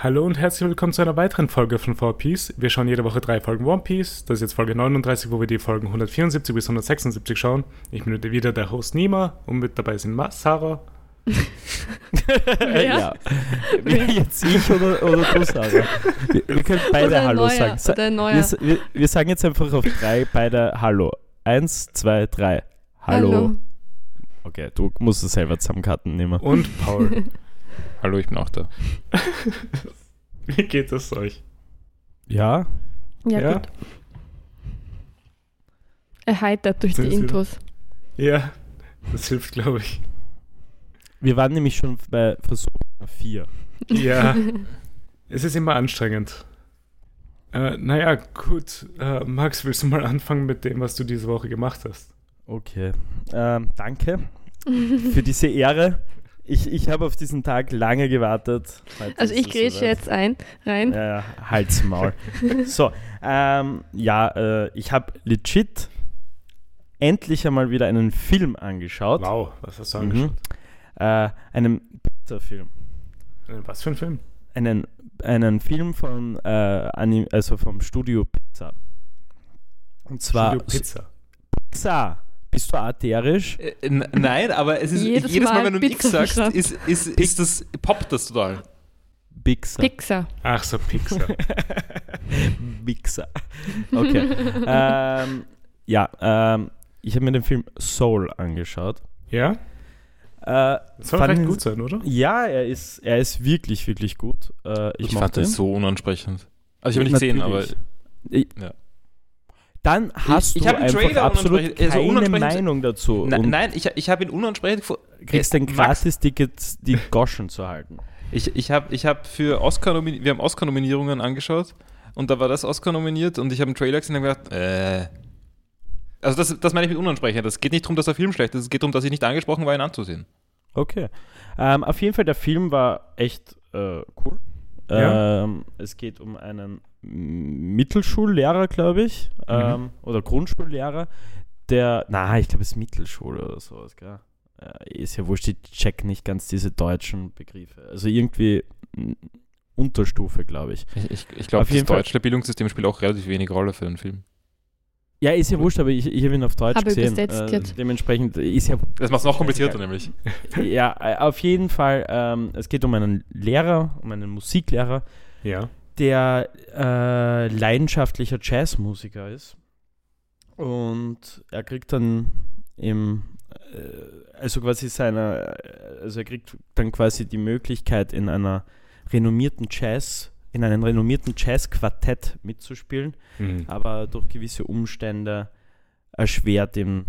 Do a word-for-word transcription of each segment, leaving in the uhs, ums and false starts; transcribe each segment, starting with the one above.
Hallo und herzlich willkommen zu einer weiteren Folge von four Piece. Wir schauen jede Woche drei Folgen One Piece. Das ist jetzt Folge neununddreißig, wo wir die Folgen hundertvierundsiebzig bis hundertsechsundsiebzig schauen. Ich bin wieder der Host Nima und mit dabei sind Ma- Sarah. Wer? Ja. Wer jetzt ich oder, oder du, Sarah? Wir, wir können beide oder Hallo neuer, sagen. Sa- oder neuer. Wir, wir, wir sagen jetzt einfach auf drei beide Hallo. Eins, zwei, drei. Hallo. Hallo. Okay, du musst es selber zusammencutten, Nima. Und Paul. Hallo, ich bin auch da. Wie geht es euch? Ja? Ja, Ja? gut. Erheitert durch Sind die Sie Intros. Ja, das hilft, glaube ich. Wir waren nämlich schon bei Versuch vier. Ja, es ist immer anstrengend. Äh, naja, gut. Äh, Max, willst du mal anfangen mit dem, was du diese Woche gemacht hast? Okay. Ähm, danke für diese Ehre. Ich, ich habe auf diesen Tag lange gewartet. Heute Also ist ich es grätsche soweit. jetzt ein, rein. Ja, halt's Maul. So, ähm, ja, äh, ich habe legit endlich einmal wieder einen Film angeschaut. Wow, was hast du Mhm. angeschaut? Äh, einen Pizza-Film. Äh, Was für ein Film? Einen, einen Film von, äh, Anim- also vom Studio Pizza. Und zwar Studio Pizza. Pizza. Bist du arterisch? Äh, n- nein, aber es ist Jedes jedes, Mal, Mal wenn du X Pizza sagst, verstanden. ist, ist, ist das, poppt das total. Pizza. Pixar. Ach so, Pixar. Mixer. Okay. ähm, ja, ähm, ich habe mir den Film Soul angeschaut. Ja? Äh, Das soll fand recht ihn- gut sein, oder? Ja, er ist, er ist wirklich, wirklich gut. Äh, ich Ich, mochte fand das ihn. so unansprechend. Also ich habe ihn nicht gesehen, aber Natürlich. Ich- ja. Dann hast ich du hab den einfach Trailer absolut unansprechend- also keine unansprechend- Meinung dazu. Na, und nein, ich, ich habe ihn unansprechend gefunden. kriegst ein Max, Gratis-Ticket, die Goschen zu halten. Ich, ich habe ich hab für Oscar, nomini- wir haben Oscar-Nominierungen angeschaut und da war das Oscar nominiert und ich habe einen Trailer gesehen und habe gedacht, äh. Also das, das meine ich mit unansprechend. Es geht nicht darum, dass der Film schlecht ist, es geht darum, dass ich nicht angesprochen war, ihn anzusehen. Okay. Ähm, auf jeden Fall, der Film war echt äh, cool. Ja. Ähm, es geht um einen Mittelschullehrer, glaube ich, ähm, Mhm. oder Grundschullehrer, der, na, ich glaube, es ist Mittelschule oder sowas, gell? Äh, ist ja wurscht, ich check nicht ganz diese deutschen Begriffe. Also irgendwie mm, Unterstufe, glaube ich. Ich, ich, ich glaube, Auf das jeden Fall- deutsche Bildungssystem spielt auch relativ wenig Rolle für den Film. Ja, ist ja wurscht, aber ich, ich habe ihn auf Deutsch Habe gesehen. übersetzt Äh, jetzt. dementsprechend ist ja Das macht es noch komplizierter nämlich. ja, äh, auf jeden Fall, ähm, es geht um einen Lehrer, um einen Musiklehrer, Ja. der äh, leidenschaftlicher Jazzmusiker ist. Und er kriegt dann im, äh, also quasi seiner, also er kriegt dann quasi die Möglichkeit, in einer renommierten Jazz, in einem renommierten Jazzquartett mitzuspielen, Mhm. aber durch gewisse Umstände erschwert ihm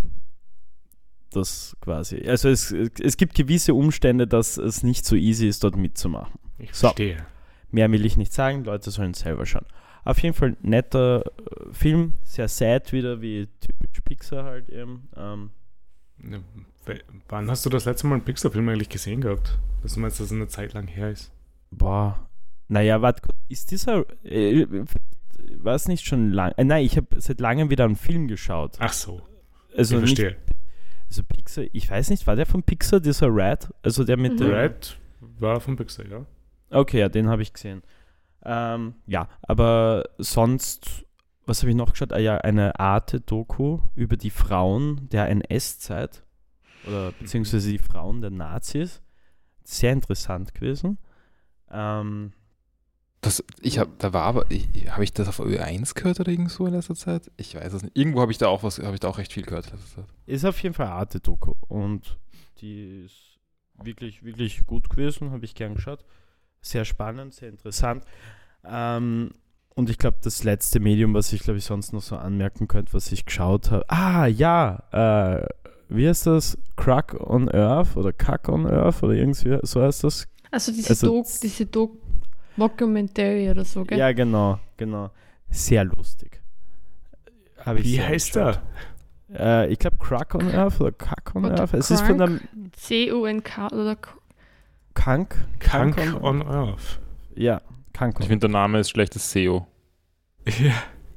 das quasi. Also es, es gibt gewisse Umstände, dass es nicht so easy ist, dort mitzumachen. Ich So. verstehe. Mehr will ich nicht sagen, Leute sollen es selber schauen. Auf jeden Fall netter äh, Film, sehr sad wieder, wie typisch Pixar halt eben. Ähm, Ne, w- Wann hast du das letzte Mal einen Pixar-Film eigentlich gesehen gehabt? Dass du meinst, dass es eine Zeit lang her ist? boah, naja, warte, ist dieser, äh, war es nicht schon lang? Äh, nein, ich habe seit langem wieder einen Film geschaut. Ach so, Also ich nicht, verstehe. also Pixar, ich weiß nicht, war der von Pixar, dieser Red? Also der mit Mhm. der, Red war von Pixar, ja. okay, ja, den habe ich gesehen. Ähm, ja, aber sonst, was habe ich noch geschaut? Ah ja, eine Arte-Doku über die Frauen der N S-Zeit oder beziehungsweise die Frauen der Nazis. Sehr interessant gewesen. Ähm, Das, ich hab, da war aber, habe ich das auf Ö eins gehört oder irgend so in letzter Zeit? Ich weiß es nicht. Irgendwo habe ich da auch was, habe ich da auch recht viel gehört in letzter Zeit. ist auf jeden Fall eine Arte-Doku und die ist wirklich, wirklich gut gewesen, habe ich gern geschaut. Sehr spannend, sehr interessant. Ähm, und ich glaube, das letzte Medium, was ich glaube ich sonst noch so anmerken könnte, was ich geschaut habe. Ah, ja, äh, wie heißt das? Crack on Earth oder Kack on Earth oder irgendwie so heißt das. Also diese Also Doc, z- diese Doc Mockumentary oder so, gell? Ja, genau, genau. Sehr lustig. Hab ich Wie sehr heißt geschaut. er? Äh, ich glaube Crack on Earth oder Kack on Oder Earth. Es ist von der C U N K oder K- Kank. Kank on, on Earth. Ja, Kank on Ich finde, der Name ist schlechtes S E O. Ja.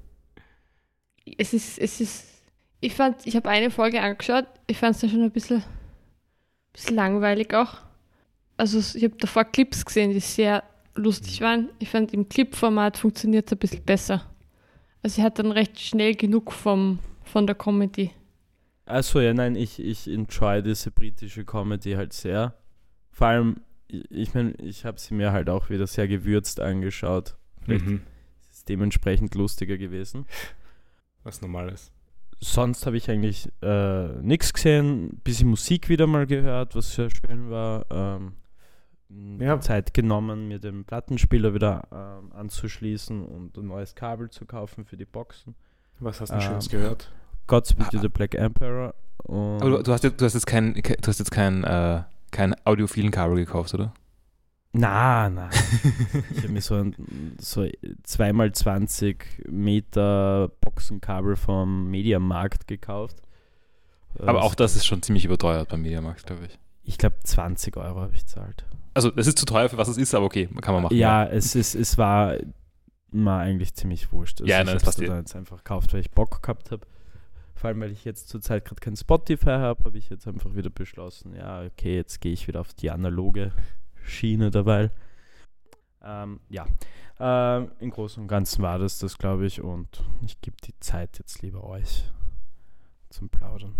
Es ist, es ist, ich fand, ich habe eine Folge angeschaut, ich fand es dann schon ein bisschen, bisschen langweilig auch. Also ich habe davor Clips gesehen, die sehr lustig waren. Ich fand, im Clip-Format funktioniert es ein bisschen besser. Also sie hat dann recht schnell genug vom, von der Comedy. Also ja, nein, ich, ich enjoy diese britische Comedy halt sehr. Vor allem, ich, ich meine, ich habe sie mir halt auch wieder sehr gewürzt angeschaut. Vielleicht Mhm. ist es dementsprechend lustiger gewesen. Was normal ist. Sonst habe ich eigentlich äh, nichts gesehen, ein bisschen Musik wieder mal gehört, was sehr schön war. Ähm, Ja. Zeit genommen, mir den Plattenspieler wieder ähm, anzuschließen und ein neues Kabel zu kaufen für die Boxen. Was hast du Ähm, Schönes gehört? Godspeed to the Black Emperor. Und Aber du, du, hast, jetzt, du hast jetzt kein, ke- du hast jetzt kein, äh, kein audiophilen Kabel gekauft, oder? Na, na. Ich habe mir so ein so zwei mal zwanzig Meter Boxenkabel vom Mediamarkt gekauft. Aber Äh, auch das ist schon ziemlich überteuert beim Mediamarkt, glaube ich. Ich glaube zwanzig Euro habe ich gezahlt. Also, es ist zu teuer für was es ist, aber okay, kann man machen. Ja, es ist, es war mir eigentlich ziemlich wurscht. Also Ja, ich nein, das habe es passt eh. dann jetzt einfach gekauft, weil ich Bock gehabt habe. Vor allem, weil ich jetzt zurzeit gerade kein Spotify habe, habe ich jetzt einfach wieder beschlossen, ja, okay, jetzt gehe ich wieder auf die analoge Schiene dabei. Ähm, ja, ähm, im Großen und Ganzen war das das, glaube ich, und ich gebe die Zeit jetzt lieber euch zum Plaudern.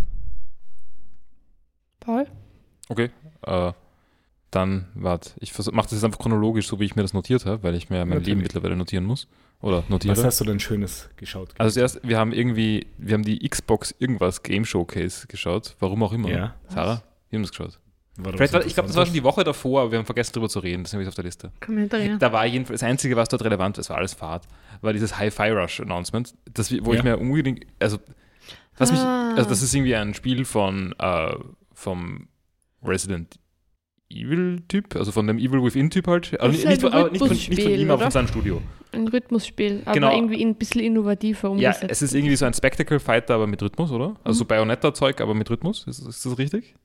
Paul? Okay, äh, dann, warte, ich mache das jetzt einfach chronologisch, so wie ich mir das notiert habe, weil ich mir mein Natürlich. Leben mittlerweile notieren muss. Oder notiere. Was hast du denn Schönes geschaut? Also zuerst, wir haben irgendwie, wir haben die Xbox irgendwas Game Showcase geschaut, warum auch immer. Ja. Sarah, wir haben das geschaut. War Vielleicht das war, ich glaube, das war schon die Woche davor, aber wir haben vergessen drüber zu reden, deswegen habe ich auf der Liste. Kommentarieren. Da war jedenfalls, das Einzige, was dort relevant war, es war alles Fahrt, war dieses Hi-Fi Rush Announcement, das, wo Ja. ich mir unbedingt, also, was mich, Ah. also das ist irgendwie ein Spiel von, äh, vom Resident Evil-Typ, also von dem Evil Within-Typ halt, also Das nicht, ist nicht, von, ein aber nicht, von, nicht von Rhythmusspiel, ihm, aber oder? von seinem Studio. Ein Rhythmusspiel, aber Genau. irgendwie ein bisschen innovativer Ja, umgesetzt. es ist irgendwie so ein Spectacle-Fighter, aber mit Rhythmus, oder? Also so Mhm. Bayonetta-Zeug, aber mit Rhythmus, ist, ist das richtig?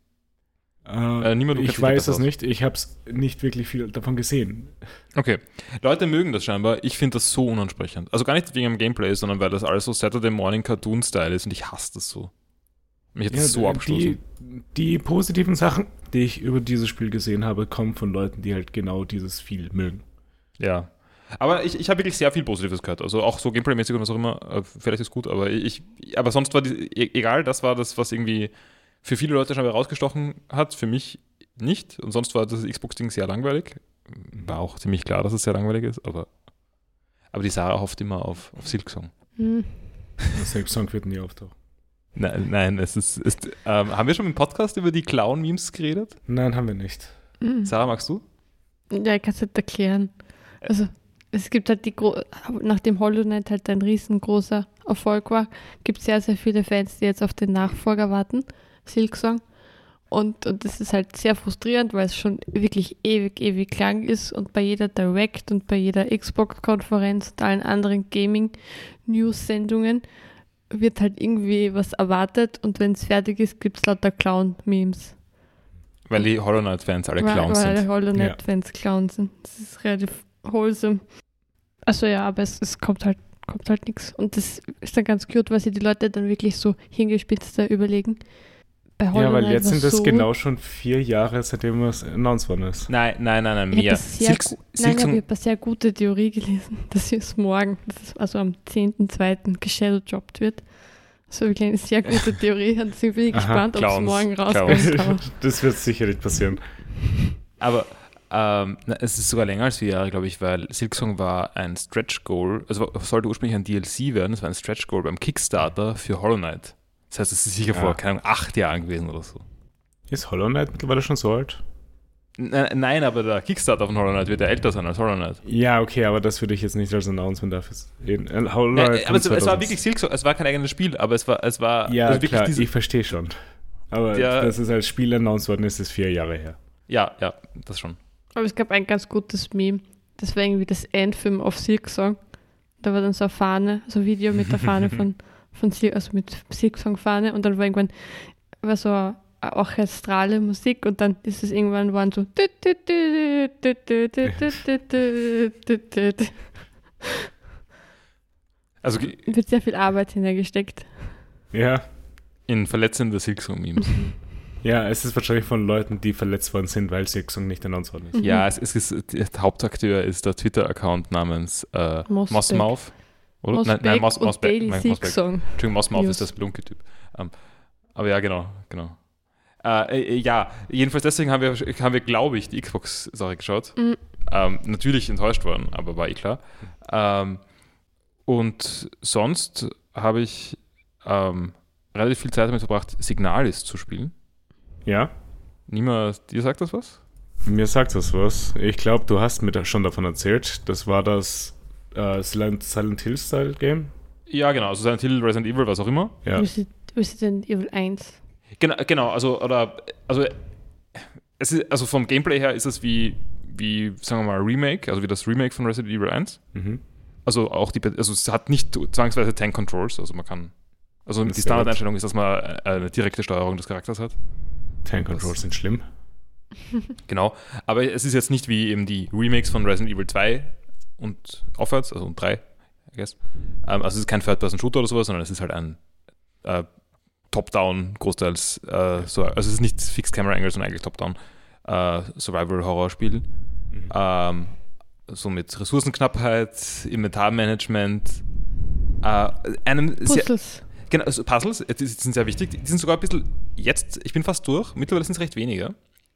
Äh, Äh, niemand- du kennst ich dich weiß besser es aus. nicht. Ich habe es nicht wirklich viel davon gesehen. Okay. Leute mögen das scheinbar. Ich finde das so unansprechend. Also gar nicht wegen dem Gameplay, sondern weil das alles so Saturday Morning Cartoon-Style ist und ich hasse das so. Mich hat das so die, abgestoßen. die positiven Sachen, die ich über dieses Spiel gesehen habe, kommen von Leuten, die halt genau dieses viel mögen. Ja. Aber ich, ich habe wirklich sehr viel Positives gehört. Also auch so Gameplay-mäßig und was auch immer. Äh, Vielleicht ist gut, aber ich, aber sonst war die, e- egal, das war das, was irgendwie für viele Leute schon rausgestochen hat, für mich nicht. Und sonst war das Xbox-Ding sehr langweilig. War auch ziemlich klar, dass es sehr langweilig ist, aber, aber die Sarah hofft immer auf, auf Silksong. Hm. Selbst Song wird nie auftauchen. Nein, nein, es ist. ist ähm, haben wir schon im Podcast über die Clown-Memes geredet? Nein, haben wir nicht. Mhm. Sarah, magst du? Ja, ich kann es nicht erklären. Also, es gibt halt die, Gro nachdem Hollow Knight halt ein riesengroßer Erfolg war, gibt es sehr, sehr viele Fans, die jetzt auf den Nachfolger warten, Silksong. Und, und das ist halt sehr frustrierend, weil es schon wirklich ewig, ewig lang ist und bei jeder Direct und bei jeder Xbox-Konferenz und allen anderen Gaming-News-Sendungen wird halt irgendwie was erwartet und wenn es fertig ist, gibt es lauter Clown-Memes. Weil die Hollow Knight-Fans alle Weil- Clowns weil sind. alle Hollow Knight-Fans Clowns sind. Das ist relativ wholesome. Also ja, aber es, es kommt halt kommt halt nichts. Und das ist dann ganz cute, weil sie die Leute dann wirklich so hingespitzter überlegen. Bei Hollow Ja, weil Knight jetzt war sind das so, genau schon vier Jahre, seitdem es announced worden ist. Nein, nein, nein, nein, Ich habe mehr. eine sehr, Silks, gu- nein, aber ich Silksong, hab eine sehr gute Theorie gelesen, dass es morgen, das ist also am zehnten zweiten geshadowdroppt wird. So wirklich eine sehr gute Theorie. Und deswegen bin ich Aha, gespannt, ob es Clowns, morgen Clowns. rauskommt. Aber Das wird sicher nicht passieren. aber ähm, na, es ist sogar länger als vier Jahre, glaube ich, weil Silksong war ein Stretch-Goal, also sollte ursprünglich ein D L C werden, es war ein Stretch-Goal beim Kickstarter für Hollow Knight. Das heißt, es ist sicher Ja. vor, keine Ahnung, acht Jahren gewesen oder so. Ist Hollow Knight mittlerweile schon so alt? N- Nein, aber der Kickstarter von Hollow Knight wird ja älter sein als Hollow Knight. Ja, okay, aber das würde ich jetzt nicht als Announcement dafür sehen. Äh, Hollow Nein, Knight aber es, kommt es war zweitausend. wirklich Silksong, es war kein eigenes Spiel, aber es war, es war Ja, also wirklich klar, diese, ich verstehe schon. Aber Ja. dass es als Spiel announced worden ist, ist vier Jahre her. ja, ja, das schon. Aber es gab ein ganz gutes Meme. Das war irgendwie das Anthem of Silksong. Da war dann so eine Fahne, so ein Video mit der Fahne von, von Sil also mit Silksong-Fahne und dann war irgendwann war so eine orchestrale Musik und dann ist es irgendwann waren so Also ge- wird sehr viel Arbeit hineingesteckt. Ja, in verletzende Silksong-Memes. Ja, es ist wahrscheinlich von Leuten, die verletzt worden sind, weil sie Song nicht announced worden ist. Mhm. Ja, es, es ist, der Hauptakteur ist der Twitter-Account namens äh, Mosbeck. Mossmouth. Oder? Mosbeck nein, nein, Moss, und Mosbeck. Daily Nein, Silk Mosbeck. Song. Entschuldigung, Mossmouth News. ist das Blunke-Typ. Ähm, aber ja, genau, genau. Äh, äh, ja, jedenfalls deswegen haben wir, haben wir glaube ich, die Xbox-Sache geschaut. Mhm. Ähm, natürlich enttäuscht worden, aber war eh klar. Ähm, und sonst habe ich ähm, relativ viel Zeit damit verbracht, Signalis zu spielen. Ja, Niemand, dir sagt das was? mir sagt das was. Ich glaube, du hast mir da schon davon erzählt. Das war das äh, Silent, Silent Hill-Style-Game. Ja, genau, also Silent Hill, Resident Evil, was auch immer. Ja. Resident Resident Evil eins. Genau, genau, also, oder, also, es ist, also vom Gameplay her ist es wie, wie, sagen wir mal, Remake, also wie das Remake von Resident Evil eins. Mhm. Also auch die, also es hat nicht zwangsweise Tank Controls, also man kann, also Das die ist Standardeinstellung ist, dass man eine direkte Steuerung des Charakters hat. Tank Controls sind schlimm. Genau, aber es ist jetzt nicht wie eben die Remakes von Resident Evil zwei und aufwärts, also und drei, I guess. Ähm, also es ist kein Third-Person-Shooter oder sowas, sondern es ist halt ein äh, Top-Down großteils, äh, so, also es ist nicht Fixed Camera Angle, sondern eigentlich Top-Down äh, Survival-Horror-Spiel. Mhm. Ähm, so mit Ressourcenknappheit, Inventarmanagement, äh, einem sehr, Puzzles. genau, also Puzzles, die sind sehr wichtig, die sind sogar ein bisschen jetzt, ich bin fast durch, mittlerweile sind es recht weniger.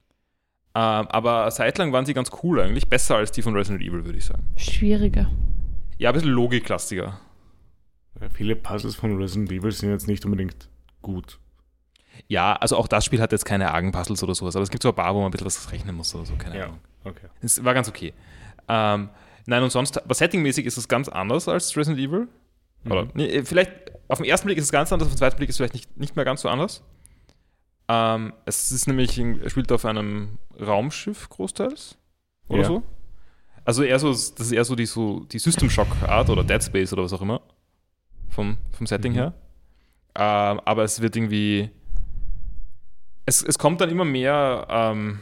Ähm, aber zeitlang waren sie ganz cool eigentlich, besser als die von Resident Evil, würde ich sagen. Schwieriger. Ja, ein bisschen logiklastiger. Ja, viele Puzzles von Resident Evil sind jetzt nicht unbedingt gut. Ja, also auch das Spiel hat jetzt keine argen Puzzles oder sowas, aber es gibt so ein paar, wo man ein bisschen was rechnen muss oder so, keine Ja. Ahnung. Okay. Es war ganz okay. Ähm, nein, und sonst, aber settingmäßig ist es ganz anders als Resident Evil. Oder, Mhm. nee, vielleicht, auf den ersten Blick ist es ganz anders, auf den zweiten Blick ist es vielleicht nicht, nicht mehr ganz so anders. Ähm, es ist nämlich, es spielt auf einem Raumschiff großteils. Oder Ja. so. Also eher so, das ist eher so die, so die System Shock-Art oder Dead Space oder was auch immer. Vom, vom Setting Mhm. her. Ähm, aber es wird irgendwie. Es, es kommt dann immer mehr ähm,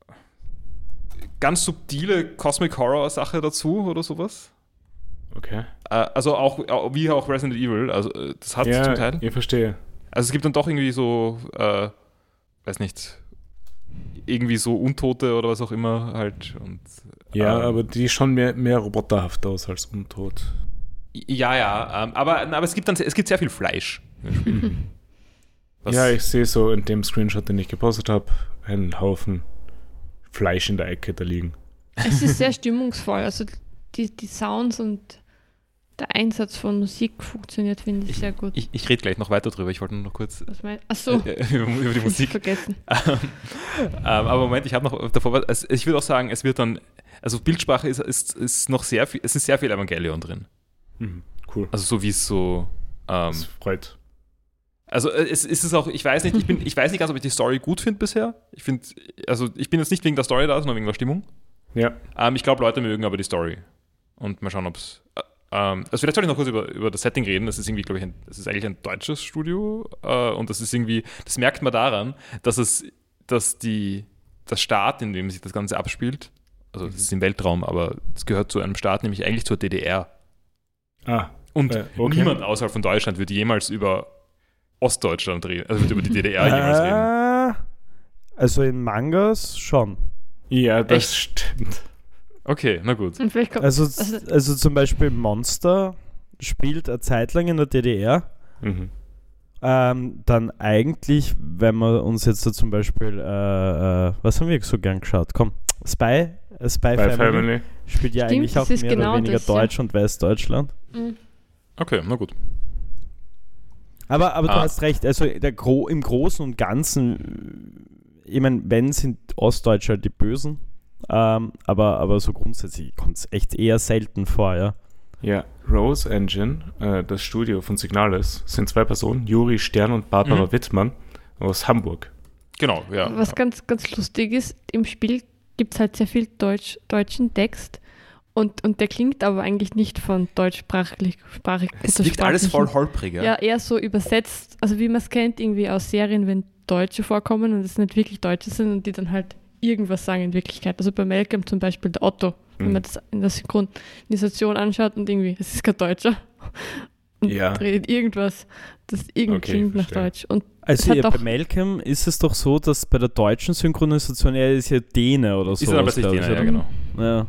ganz subtile Cosmic Horror-Sache dazu oder sowas. Okay. Äh, also auch, auch wie auch Resident Evil. Also äh, das hat es zum Teil. Ja, ich verstehe. Also es gibt dann doch irgendwie so, äh, weiß nicht, irgendwie so Untote oder was auch immer halt. Und, Ja, ähm, aber die schon mehr, mehr roboterhaft aus als untot. Ja, ja, ähm, aber, aber es gibt dann es gibt sehr viel Fleisch im Spiel. Was- Ja, ich sehe so in dem Screenshot, den ich gepostet habe, einen Haufen Fleisch in der Ecke da liegen. Es ist sehr stimmungsvoll. Also die, die Sounds und der Einsatz von Musik funktioniert, finde ich, sehr gut. Ich, ich rede gleich noch weiter drüber, ich wollte nur noch kurz Was mein, achso, äh, über, über die Musik. vergessen. ähm, ähm, aber Moment, ich habe noch davor was. Also ich würde auch sagen, es wird dann, also Bildsprache ist, ist, ist noch sehr viel, es ist sehr viel Evangelion drin. Mhm, cool. Also so wie es so. Ähm, Das freut. also äh, es ist es auch, ich weiß nicht, ich bin, ich weiß nicht ganz, ob ich die Story gut finde bisher. Ich finde, also ich bin jetzt nicht wegen der Story da, sondern wegen der Stimmung. Ja. Ähm, ich glaube, Leute mögen aber die Story. Und mal schauen, ob es. Äh, ähm, also vielleicht soll ich noch kurz über, über das Setting reden. Das ist irgendwie, glaube ich, ein, das ist eigentlich ein deutsches Studio. Äh, und das ist irgendwie, das merkt man daran, dass es, dass die, das Staat, in dem sich das Ganze abspielt, also das ist im Weltraum, aber es gehört zu einem Staat, nämlich eigentlich zur D D R. Ah, Und Äh, okay. niemand außerhalb von Deutschland wird jemals über Ostdeutschland reden, also wird über die D D R jemals reden. Äh, also in Mangas schon. ja, das stimmt. Okay, na gut. Und vielleicht kommt, Also, also, also zum Beispiel Monster spielt eine Zeit lang in der D D R. Mhm. Ähm, dann eigentlich, wenn wir uns jetzt so zum Beispiel, äh, äh, was haben wir so gern geschaut? Komm, Spy, äh, Spy, Bei Family, Family. spielt ja Stimmt, eigentlich das auch ist mehr genau oder weniger das, ja. Deutsch und Westdeutschland. mh. Okay, na gut. Aber, aber du Ah. hast recht, also der Gro im Großen und Ganzen, ich meine, wenn sind Ostdeutsche die Bösen, ähm, aber, aber so grundsätzlich kommt es echt eher selten vor, ja. Ja, Rose Engine, äh, das Studio von Signalis, sind zwei Personen, Juri Stern und Barbara Mhm. Wittmann aus Hamburg. Genau, ja. Was ganz, ganz lustig ist, im Spiel gibt es halt sehr viel Deutsch, deutschen Text und, und der klingt aber eigentlich nicht von deutschsprachlich. Sprachlich, Es wirkt alles voll holprig, ja. Ja, eher so übersetzt, also wie man es kennt, irgendwie aus Serien, wenn Deutsche vorkommen und es nicht wirklich Deutsche sind und die dann halt irgendwas sagen in Wirklichkeit. Also bei Malcolm zum Beispiel der Otto, wenn Mhm. man das in der Synchronisation anschaut und irgendwie, das ist kein Deutscher. und Ja. redet irgendwas, das irgendwie Okay, klingt nach verstehe. Deutsch. Und Also hat ja, doch- bei Malcolm ist es doch so, dass bei der deutschen Synchronisation, er ist ja Däne oder so. Ist dann aber nicht Däner, ja, genau. Ja.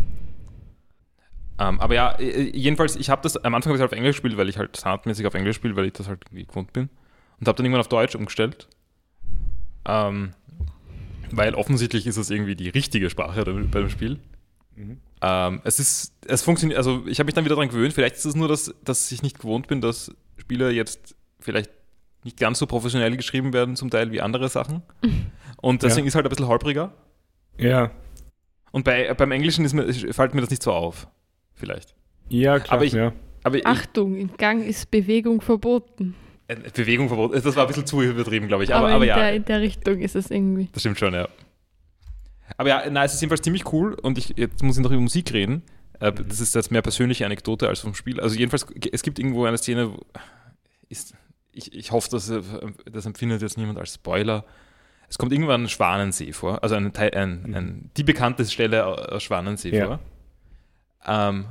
Ähm, aber ja, äh, jedenfalls, ich habe das, am Anfang habe ich halt auf Englisch gespielt, weil ich halt standardmäßig auf Englisch spiele, weil ich das halt irgendwie gewohnt bin. Und habe dann irgendwann auf Deutsch umgestellt. Ähm, weil offensichtlich ist es irgendwie die richtige Sprache bei dem Spiel. Mhm. Ähm, es ist, es funktioniert, also ich habe mich dann wieder daran gewöhnt. Vielleicht ist es nur, dass, dass ich nicht gewohnt bin, dass Spiele jetzt vielleicht nicht ganz so professionell geschrieben werden, zum Teil wie andere Sachen. Und deswegen Ja. ist halt ein bisschen holpriger. Ja. Und bei, beim Englischen ist mir, fällt mir das nicht so auf. Vielleicht. Ja, klar. Aber ich- ja. Aber ich, Achtung, im Gang ist Bewegung verboten. äh, Bewegung verboten, das war ein bisschen zu übertrieben, glaube ich. Aber, Aber, aber in, ja, der, in der Richtung ist es irgendwie. das stimmt schon, ja. Aber ja, nein, es ist jedenfalls ziemlich cool und ich, jetzt muss ich noch über Musik reden. Äh, Das ist jetzt mehr persönliche Anekdote als vom Spiel. Also jedenfalls, es gibt irgendwo eine Szene, wo ist, ich, ich hoffe, dass, äh, das empfindet jetzt niemand als Spoiler. Es kommt irgendwann ein Schwanensee vor, also ein, Teil- ein, ein, die bekannte Stelle aus Schwanensee Ja. vor. Ähm,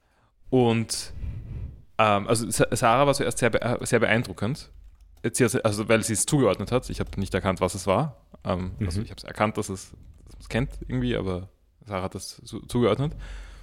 und ähm, also Sa- Sarah war zuerst sehr, be sehr beeindruckend, Jetzt sie, also weil sie es zugeordnet hat. Ich habe nicht erkannt, was es war. Ähm, Mhm. Also ich habe es erkannt, dass es, dass man es kennt irgendwie, aber Sarah hat das zu, zugeordnet.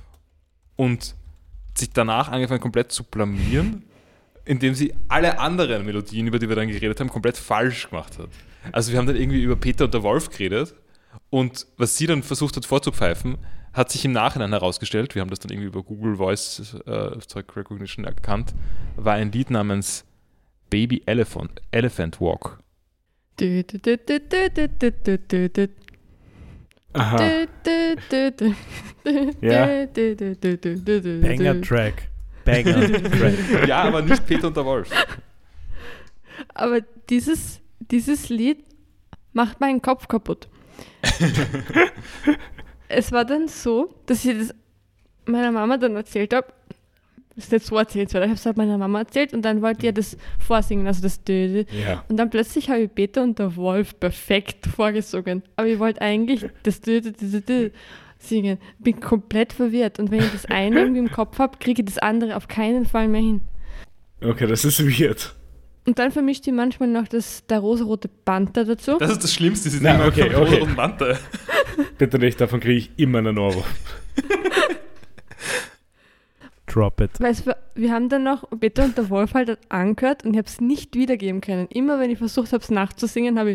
Und sich danach angefangen komplett zu blamieren, indem sie alle anderen Melodien, über die wir dann geredet haben, komplett falsch gemacht hat. Also wir haben dann irgendwie über Peter und der Wolf geredet und was sie dann versucht hat vorzupfeifen, hat sich im Nachhinein herausgestellt, wir haben das dann irgendwie über Google Voice äh, Recognition erkannt, war ein Lied namens Baby Elephant, Elephant Walk. Du, du, du, du, du, du, du, du, du. Aha. Du, du, du, du. Ja. Du, du, du, du, du, du, Banger du. Track. Banger Track. Ja, aber nicht Peter und der Wolf. Aber dieses, dieses Lied macht meinen Kopf kaputt. Es war dann so, dass ich das meiner Mama dann erzählt habe. Das ist nicht so erzählt, weil ich habe es halt meiner Mama erzählt und dann wollte ihr das vorsingen, also das Dödel. Ja. Und dann plötzlich habe ich Peter und der Wolf perfekt vorgesungen. Aber ich wollte eigentlich das Dödel singen. Bin komplett verwirrt. Und wenn ich das eine irgendwie im Kopf habe, kriege ich das andere auf keinen Fall mehr hin. Okay, das ist weird. Und dann vermischt die manchmal noch das, der rosarote Panther dazu. Das ist das Schlimmste, sie sind Na, immer okay, von okay. und Mante. Bitte nicht, davon kriege ich immer einen Euro. Drop it. Weil es war, wir haben dann noch Peter und der Wolf halt angehört und ich habe es nicht wiedergeben können. Immer wenn ich versucht habe, es nachzusingen, habe ich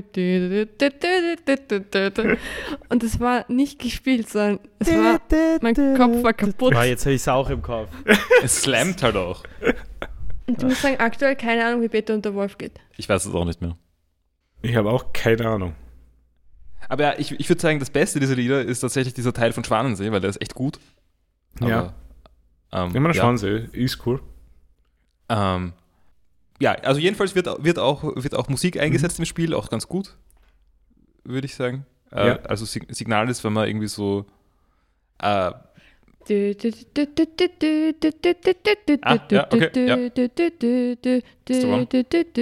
und es war nicht gespielt, sondern es war, mein Kopf war kaputt. Ah, jetzt habe ich es auch im Kopf. Es slammt halt auch. Und ich muss sagen, aktuell keine Ahnung, wie Peter und der Wolf geht. Ich weiß es auch nicht mehr. Ich habe auch keine Ahnung. Aber ja, ich, ich würde sagen, das Beste dieser Lieder ist tatsächlich dieser Teil von Schwanensee, weil der ist echt gut. Aber, Ja. Ähm, Immer eine ja. Chance, ist cool. Ähm, ja, also jedenfalls wird, wird, auch, wird auch Musik eingesetzt im Spiel, auch ganz gut, würde ich sagen. Äh, Ja. Also Sig- Signal ist, wenn man irgendwie so äh, Ah, ja, okay, ja. Ist der One.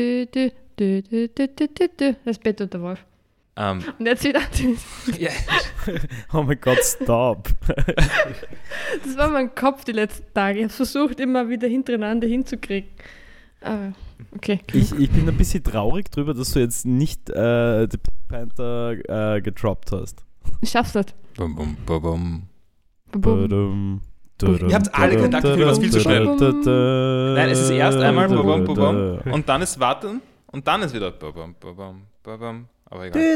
Das ist Peter und der Wolf. ähm, Und jetzt wieder, ja, Oh mein Gott, stop. das war mein Kopf die letzten Tage. Ich habe versucht, immer wieder hintereinander hinzukriegen. Aber, okay. Ich, ich bin ein bisschen traurig drüber, dass du jetzt nicht äh, The Panther äh, gedroppt hast. Ich schaff's nicht. bum, bum, bum, bum. Badum, Ihr habt's alle gedacht, ich will was viel zu schnell. Nein, es ist erst einmal bum, bum, bum, bum, und dann ist Warten und dann ist wieder bum, bum, bum, bum, bum, bum. Aber egal.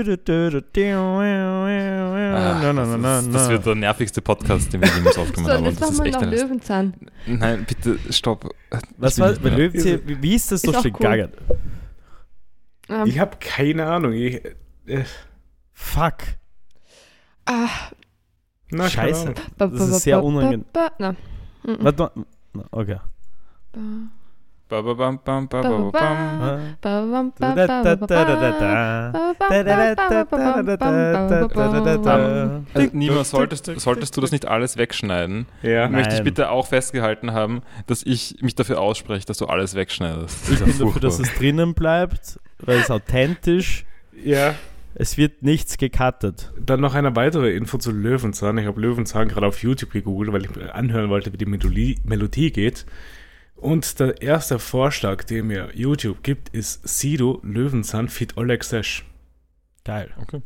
Ah, das, ist, das wird der nervigste Podcast, den wir jemals So, aufgenommen haben. und Und jetzt das machen ist wir echt noch ein Löwenzahn. Nein, bitte, stopp. Was Ich will war nicht bei mehr. Löwenzahn? Wie, wie ist das Ist so auch schön cool. gegangen? Ähm, Ich habe keine Ahnung. Ich, äh, Fuck. ah, na, Scheiße. keine Ahnung. ba- Das ba- ist ba- sehr ba- unangenehm. ba- Na. Mhm. Warte mal. Na, Okay. Ba- Ba, ba, bam, bam, ba, ba, ba, bam. ba- ba- bam- ba- Da, ba- da, ba- da, da, da, ba- da. ba- ba- ba- ba- ba- ba- ba- ba- ba- ba- ba- Also, Nima, solltest, solltest du das nicht alles wegschneiden, Ja. Nein. möchte ich bitte auch festgehalten haben, dass ich mich dafür ausspreche, dass du alles wegschneidest. Das Ich ist ja bin dafür, furchtbar. dass es drinnen bleibt, weil es authentisch. Ja. Es wird nichts gecuttet. Dann noch eine weitere Info zu Löwenzahn. Ich habe Löwenzahn gerade auf YouTube gegoogelt, weil ich mir anhören wollte, wie die Melodie, Melodie geht. Und der erste Vorschlag, den mir YouTube gibt, ist Sido Löwenzahn feat. Oleg Sesh. Geil. Okay.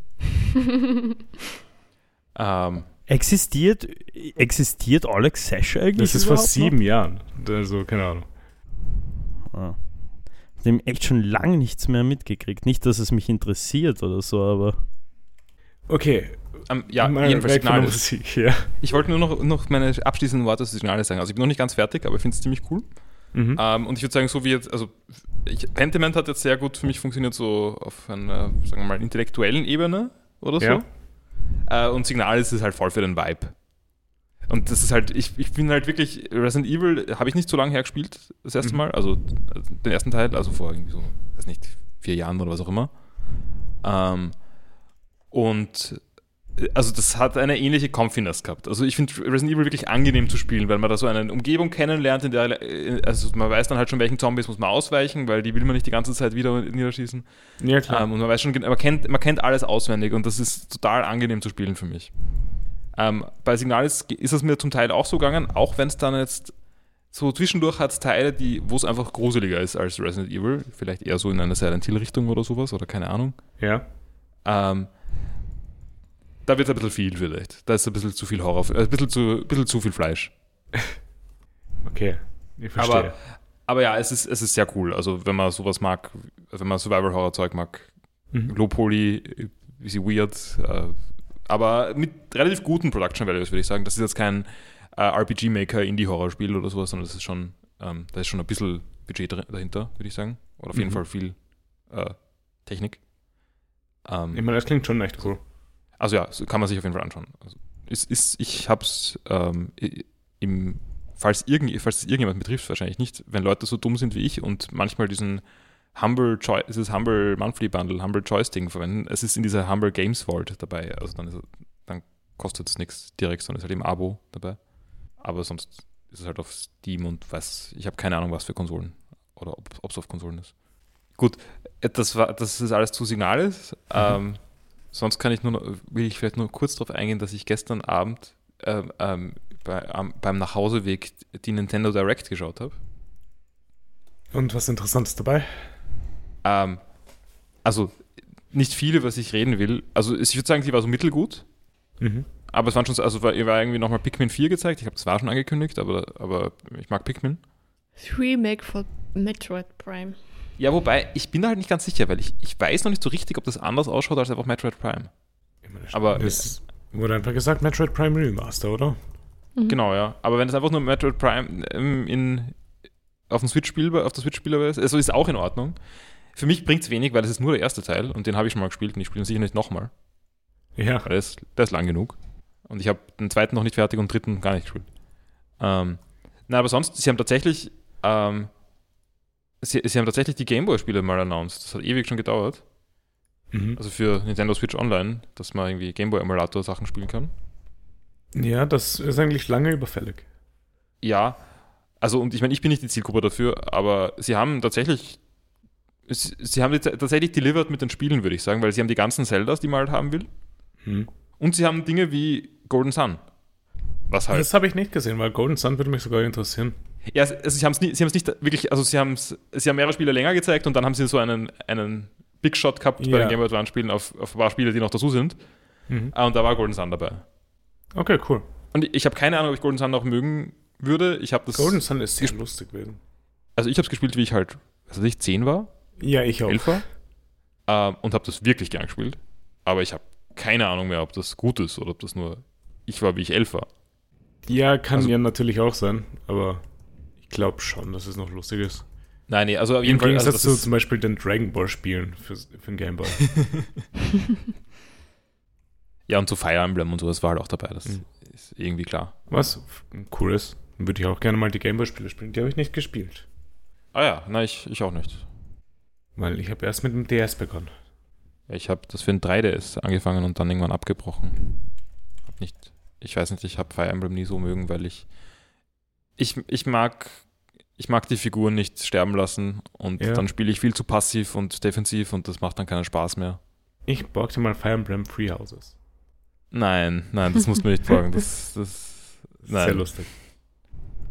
ähm, Existiert, existiert Oleg Sesh eigentlich? Das ist vor überhaupt sieben Jahren. Also, keine Ahnung. noch? Ah. Ich habe echt schon lange nichts mehr mitgekriegt. Nicht, dass es mich interessiert oder so, aber. Okay. ähm, ja, Mal jedenfalls weg von der Signales. Musik, ja. Ich wollte nur noch, noch meine abschließenden Worte zu Signales sagen. Also ich bin noch nicht ganz fertig, aber ich finde es ziemlich cool. Mhm. Ähm, und ich würde sagen, so wie jetzt, also ich, Pentiment hat jetzt sehr gut für mich funktioniert, so auf einer, sagen wir mal, intellektuellen Ebene oder so. Ja. Äh, und Signales ist halt voll für den Vibe. Und das ist halt, ich, ich bin halt wirklich, Resident Evil habe ich nicht so lange hergespielt, das erste Mhm. Mal, also äh, den ersten Teil, also vor irgendwie so, weiß nicht, vier Jahren oder was auch immer. Ähm, und äh, also das hat eine ähnliche Confiness gehabt. Also ich finde Resident Evil wirklich angenehm zu spielen, weil man da so eine Umgebung kennenlernt, in der, äh, also man weiß dann halt schon, welchen Zombies muss man ausweichen, weil die will man nicht die ganze Zeit wieder niederschießen. Ja, klar. Ähm, und man weiß schon, man kennt, man kennt alles auswendig und das ist total angenehm zu spielen für mich. Ähm, bei Signalis ist es mir zum Teil auch so gegangen, auch wenn es dann jetzt so zwischendurch hat es Teile, die, wo es einfach gruseliger ist als Resident Evil, vielleicht eher so in einer Silent Hill Richtung oder sowas oder keine Ahnung. ja. Ähm, da wird es ein bisschen viel vielleicht. Da ist ein bisschen zu viel Horror, äh, ein bisschen zu, ein bisschen zu viel Fleisch. Okay. Ich verstehe. Aber, aber ja, es ist, es ist sehr cool. Also wenn man sowas mag, wenn man Survival-Horror-Zeug mag, Mhm. Low-Poly, bisschen weird, äh, aber mit relativ guten Production Values, würde ich sagen. Das ist jetzt kein äh, R P G-Maker, Indie-Horror-Spiel oder sowas, sondern das ist schon, ähm, da ist schon ein bisschen Budget dr- dahinter, würde ich sagen. Oder auf jeden Mhm. Fall viel äh, Technik. Ähm, Ich meine, das klingt schon echt cool. also ja, so kann man sich auf jeden Fall anschauen. Also, ist, ist, ich habe es ähm, i- im, falls, irgend, falls es irgendjemand betrifft, wahrscheinlich nicht, wenn Leute so dumm sind wie ich und manchmal diesen Humble Choice, dieses Humble Monthly Bundle, Humble Choice Ding verwenden. Es ist in dieser Humble Games Vault dabei. Also dann, ist, dann kostet es nichts direkt, sondern ist halt im Abo dabei. Aber sonst ist es halt auf Steam und weiß, ich habe keine Ahnung, was für Konsolen oder ob es auf Konsolen ist. Gut, das, war, das ist alles zu Signales. Mhm. Ähm, sonst kann ich nur noch, will ich vielleicht nur kurz darauf eingehen, dass ich gestern Abend ähm, ähm, bei, am, beim Nachhauseweg die Nintendo Direct geschaut habe. Und was Interessantes dabei? Ähm, also nicht viele, was ich reden will. Also ich würde sagen, die war so mittelgut. Mhm. Aber es waren schon, also war, war irgendwie nochmal Pikmin vier gezeigt. Ich glaube, das war schon angekündigt, aber, aber ich mag Pikmin. Das Remake von Metroid Prime. Ja, wobei, ich bin da halt nicht ganz sicher, weil ich, ich weiß noch nicht so richtig, ob das anders ausschaut als einfach Metroid Prime. Ich meine, Aber- es wurde einfach gesagt Metroid Prime Remaster, oder? Mhm. Genau, ja. Aber wenn es einfach nur Metroid Prime ähm, in, auf dem Switch spielbar, auf der Switch spielbar ist, also ist auch in Ordnung. Für mich bringt es wenig, weil es ist nur der erste Teil und den habe ich schon mal gespielt und ich spiele ihn sicher nicht nochmal. Ja. Weil der ist, der ist lang genug. Und ich habe den zweiten noch nicht fertig und den dritten gar nicht gespielt. Ähm, na, aber sonst, sie haben tatsächlich ähm, sie, sie haben tatsächlich die Gameboy-Spiele mal announced. Das hat ewig schon gedauert. Mhm. Also für Nintendo Switch Online, dass man irgendwie Gameboy-Emulator-Sachen spielen kann. Ja, das ist eigentlich lange überfällig. Ja, also und ich meine, ich bin nicht die Zielgruppe dafür, aber sie haben tatsächlich sie, sie haben jetzt tatsächlich delivered mit den Spielen, würde ich sagen, weil sie haben die ganzen Zeldas, die man halt haben will. Mhm. Und sie haben Dinge wie Golden Sun. Was halt. Das habe ich nicht gesehen, weil Golden Sun würde mich sogar interessieren. Ja, also sie haben es nicht, sie haben es nicht wirklich, also sie haben es, sie haben mehrere Spiele länger gezeigt und dann haben sie so einen, einen Big Shot gehabt bei Ja. den Game Boy Advance Spielen auf, auf ein paar Spiele, die noch dazu sind. Mhm. Ah, und da war Golden Sun dabei. Okay, cool. Und ich, ich habe keine Ahnung, ob ich Golden Sun noch mögen würde. Ich habe das, Golden Sun ist sehr lustig gewesen. also ich habe es gespielt, wie ich halt, also ich zehn war, Ja, ich auch. elf war, ähm, und habe das wirklich gern gespielt. Aber ich habe keine Ahnung mehr, ob das gut ist oder ob das nur ich war, wie ich elf war. Ja, kann Also- ja natürlich auch sein, aber ich glaube schon, dass es noch lustig ist. Nein, nee, also auf Im jeden Fall. Also Gegensatz das zu ist, zum Beispiel den Dragon Ball Spielen für, für den Game Boy. ja, und zu Fire Emblem und sowas war halt auch dabei. Das Mhm. ist irgendwie klar. Was cool ist. Dann würde ich auch gerne mal die Game Boy Spiele spielen. Die habe ich nicht gespielt. Ah ja, nein, ich, ich auch nicht. Weil ich habe erst mit dem D S begonnen. Ich habe das für ein drei D S angefangen und dann irgendwann abgebrochen. Hab nicht, ich weiß nicht, ich habe Fire Emblem nie so mögen, weil ich ich, ich mag ich mag die Figuren nicht sterben lassen und Ja. dann spiele ich viel zu passiv und defensiv und das macht dann keinen Spaß mehr. Ich borgte mal Fire Emblem Free Houses. Nein, nein, das musst du mir nicht fragen. Das, das, Sehr nein. lustig.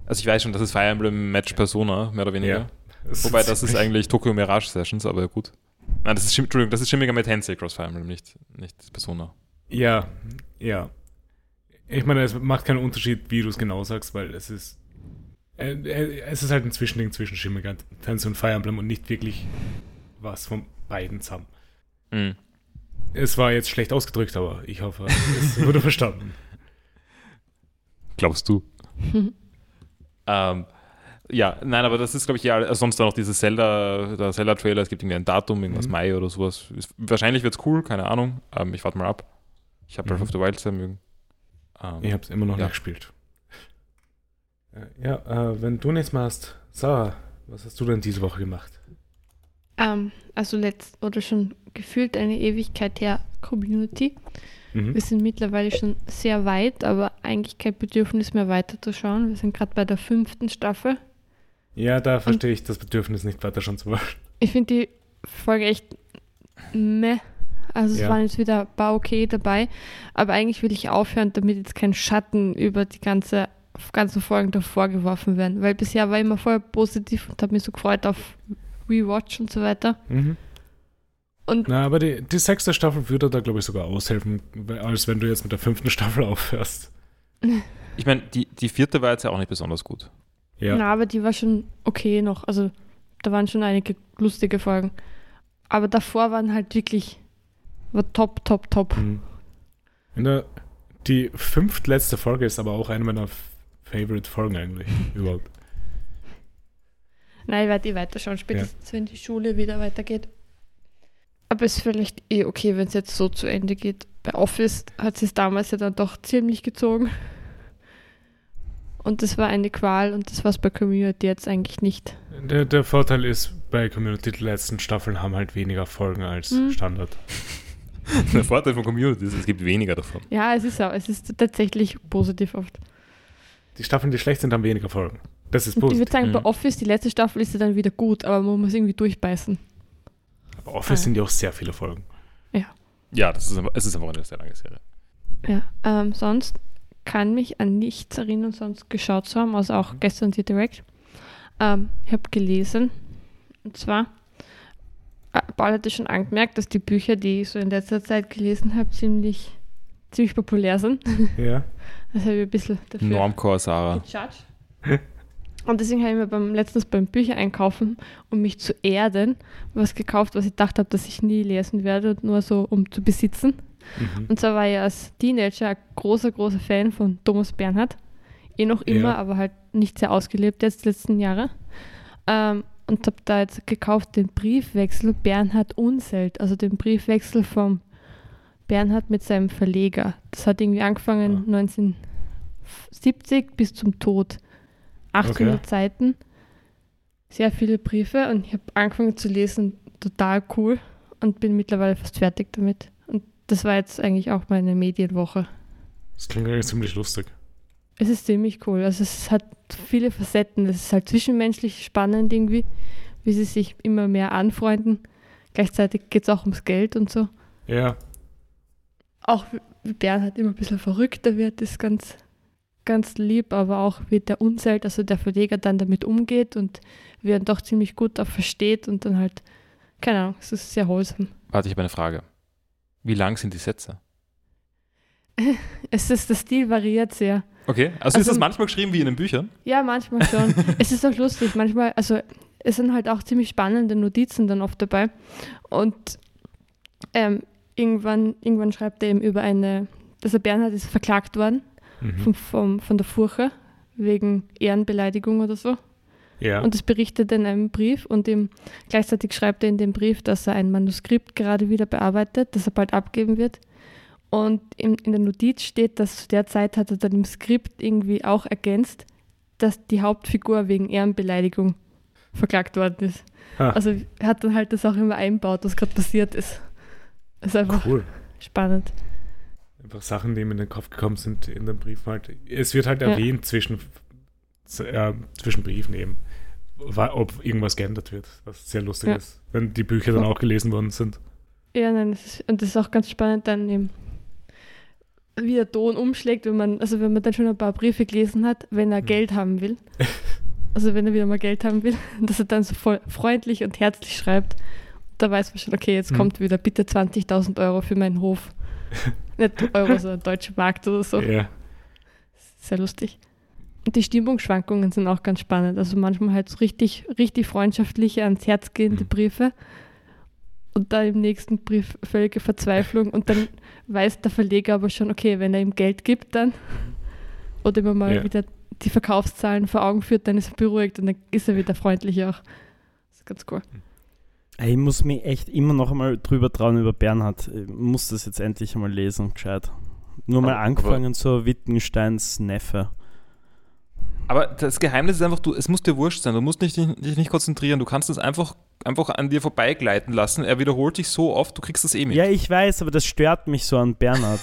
Also ich weiß schon, das ist Fire Emblem Match Persona, mehr oder weniger. Ja. Das Wobei ist das ist ziemlich- eigentlich Tokyo Mirage Sessions, aber gut. Nein, das ist, Shim- Entschuldigung, das ist Shin Megami Tensei Cross Fire Emblem, nicht, nicht Persona. Ja, ja. Ich meine, es macht keinen Unterschied, wie du es genau sagst, weil es ist äh, äh, es ist halt ein Zwischending zwischen Shin Megami Tensei und Fire Emblem und nicht wirklich was von beiden zusammen. Mhm. Es war jetzt schlecht ausgedrückt, aber ich hoffe, es wurde verstanden. Glaubst du? ähm, ja, nein, aber das ist, glaube ich, ja, also sonst dann noch dieses Zelda, der Zelda-Trailer, es gibt irgendwie ein Datum, irgendwas Mhm. Mai oder sowas. Ist, wahrscheinlich wird es cool, keine Ahnung. Ähm, ich warte mal ab. Ich habe Breath Mhm. of the Wild sehr mögen. Ähm, Ich habe es immer noch Ja. nicht gespielt. Äh, Ja, äh, wenn du nichts mehr hast, Sarah, was hast du denn diese Woche gemacht? Ähm, also letzt oder schon gefühlt eine Ewigkeit her Community. Mhm. Wir sind mittlerweile schon sehr weit, aber eigentlich kein Bedürfnis mehr weiterzuschauen. Wir sind gerade bei der fünften Staffel. Ja, da verstehe ich das Bedürfnis nicht weiter schon zu wollen. Ich finde die Folge echt meh. Also es Ja. waren jetzt wieder ein paar okay dabei, aber eigentlich will ich aufhören, damit jetzt kein Schatten über die ganze, ganzen Folgen davor geworfen werden. Weil bisher war ich immer voll positiv und habe mich so gefreut auf Rewatch und so weiter. Mhm. Und Na, aber die, die sechste Staffel würde da, glaube ich, sogar aushelfen, als wenn du jetzt mit der fünften Staffel aufhörst. Ich meine, die, die vierte war jetzt ja auch nicht besonders gut. Ja. na, aber die war schon okay noch. Also da waren schon einige lustige Folgen. Aber davor waren halt wirklich war top, top, top. Mhm. In der, die fünftletzte Folge ist aber auch eine meiner F- Favorite-Folgen eigentlich überhaupt. Nein, ich werde eh weiterschauen, spätestens wenn die Schule wieder weitergeht. Aber es ist vielleicht eh okay, wenn es jetzt so zu Ende geht. Bei Office hat es damals ja dann doch ziemlich gezogen. Und das war eine Qual und das war es bei Community jetzt eigentlich nicht. Der, der Vorteil ist, bei Community, die letzten Staffeln haben halt weniger Folgen als Mhm. Standard. Der Vorteil von Community ist, es gibt weniger davon. Ja, es ist auch, es ist tatsächlich positiv oft. Die Staffeln, die schlecht sind, haben weniger Folgen. Das ist Und ich positiv. würde sagen, bei Mhm. Office, die letzte Staffel ist ja dann wieder gut, aber man muss irgendwie durchbeißen. Aber Office Ah. sind ja auch sehr viele Folgen. Ja, das ist, aber- es ist einfach eine sehr lange Serie. Ja, ähm, sonst kann mich an nichts erinnern, sonst geschaut zu haben, außer auch Mhm. gestern die Direct. Ähm, ich habe gelesen, und zwar, äh, Paul hatte schon angemerkt, dass die Bücher, die ich so in letzter Zeit gelesen habe, ziemlich, ziemlich populär sind. Ja. Das habe ich ein bisschen dafür Normcore Sarah. gejudged. Und deswegen habe ich mir beim, letztens beim Büchereinkaufen, um mich zu erden, was gekauft, was ich gedacht habe, dass ich nie lesen werde, und nur so, um zu besitzen. Mhm. Und zwar war ich als Teenager ein großer, großer Fan von Thomas Bernhard. Eh noch immer, Ja. aber halt nicht sehr ausgelebt jetzt die letzten Jahre. Ähm, und habe da jetzt gekauft den Briefwechsel Bernhard Unselt, also den Briefwechsel vom Bernhard mit seinem Verleger. Das hat irgendwie angefangen Ah. neunzehnhundertsiebzig bis zum Tod. achthundert Okay. Seiten, sehr viele Briefe und ich habe angefangen zu lesen, total cool und bin mittlerweile fast fertig damit. Und das war jetzt eigentlich auch meine Medienwoche. Das klingt eigentlich ziemlich lustig. Es ist ziemlich cool. Also es hat viele Facetten. Es ist halt zwischenmenschlich spannend irgendwie, wie sie sich immer mehr anfreunden. Gleichzeitig geht es auch ums Geld und so. Ja. Auch wie Bernhard immer ein bisschen verrückter wird, ist ganz, ganz lieb, aber auch wie der Unselt, also der Verleger dann damit umgeht und wie er ihn doch ziemlich gut auch versteht und dann halt, keine Ahnung, es ist sehr wholesome. Warte, ich habe eine Frage. Wie lang sind die Sätze? Es ist, der Stil variiert sehr. Okay, also, ist Also- das manchmal geschrieben wie in den Büchern? Ja, manchmal schon. Es ist auch lustig, manchmal, also es sind halt auch ziemlich spannende Notizen dann oft dabei. Und ähm, irgendwann, irgendwann schreibt er eben über eine, also Bernhard ist verklagt worden Mhm. vom, vom, von der Furche wegen Ehrenbeleidigung oder so. Ja. Und das berichtet er in einem Brief und ihm, gleichzeitig schreibt er in dem Brief, dass er ein Manuskript gerade wieder bearbeitet, das er bald abgeben wird. Und in, in der Notiz steht, dass zu der Zeit hat er dann im Skript irgendwie auch ergänzt, dass die Hauptfigur wegen Ehrenbeleidigung verklagt worden ist. Ah. Also er hat dann halt das auch immer einbaut, was gerade passiert ist. Das ist einfach Cool. spannend. Einfach Sachen, die ihm in den Kopf gekommen sind in den Briefen halt. Es wird halt Ja. erwähnt zwischen, äh, zwischen Briefen eben, wa- ob irgendwas geändert wird, was sehr lustig Ja. ist, wenn die Bücher dann Ja. auch gelesen worden sind. Ja, nein, das ist, und das ist auch ganz spannend dann eben, wie der Ton umschlägt, wenn man, also wenn man dann schon ein paar Briefe gelesen hat, wenn er Mhm. Geld haben will. Also wenn er wieder mal Geld haben will, dass er dann so voll freundlich und herzlich schreibt. Da weiß man schon, okay, jetzt Mhm. kommt wieder bitte zwanzigtausend Euro für meinen Hof. Nicht Euro, sondern deutsche Markt oder so. Ja. Sehr lustig. Und die Stimmungsschwankungen sind auch ganz spannend. Also manchmal halt so richtig, richtig freundschaftliche, ans Herz gehende Mhm. Briefe. Und dann im nächsten Brief völlige Verzweiflung. Und dann weiß der Verleger aber schon, okay, wenn er ihm Geld gibt dann oder immer mal Ja. wieder die Verkaufszahlen vor Augen führt, dann ist er beruhigt und dann ist er wieder freundlich auch. Das ist ganz cool. Ich muss mich echt immer noch einmal drüber trauen über Bernhard. Ich muss das jetzt endlich einmal lesen, gescheit. Nur mal Aber- angefangen, so Wittgensteins Neffe. Aber das Geheimnis ist einfach, du, es muss dir wurscht sein, du musst nicht, dich nicht konzentrieren, du kannst es einfach, einfach an dir vorbeigleiten lassen. Er wiederholt dich so oft, du kriegst das eh mit. Ja, ich weiß, aber das stört mich so an Bernhard.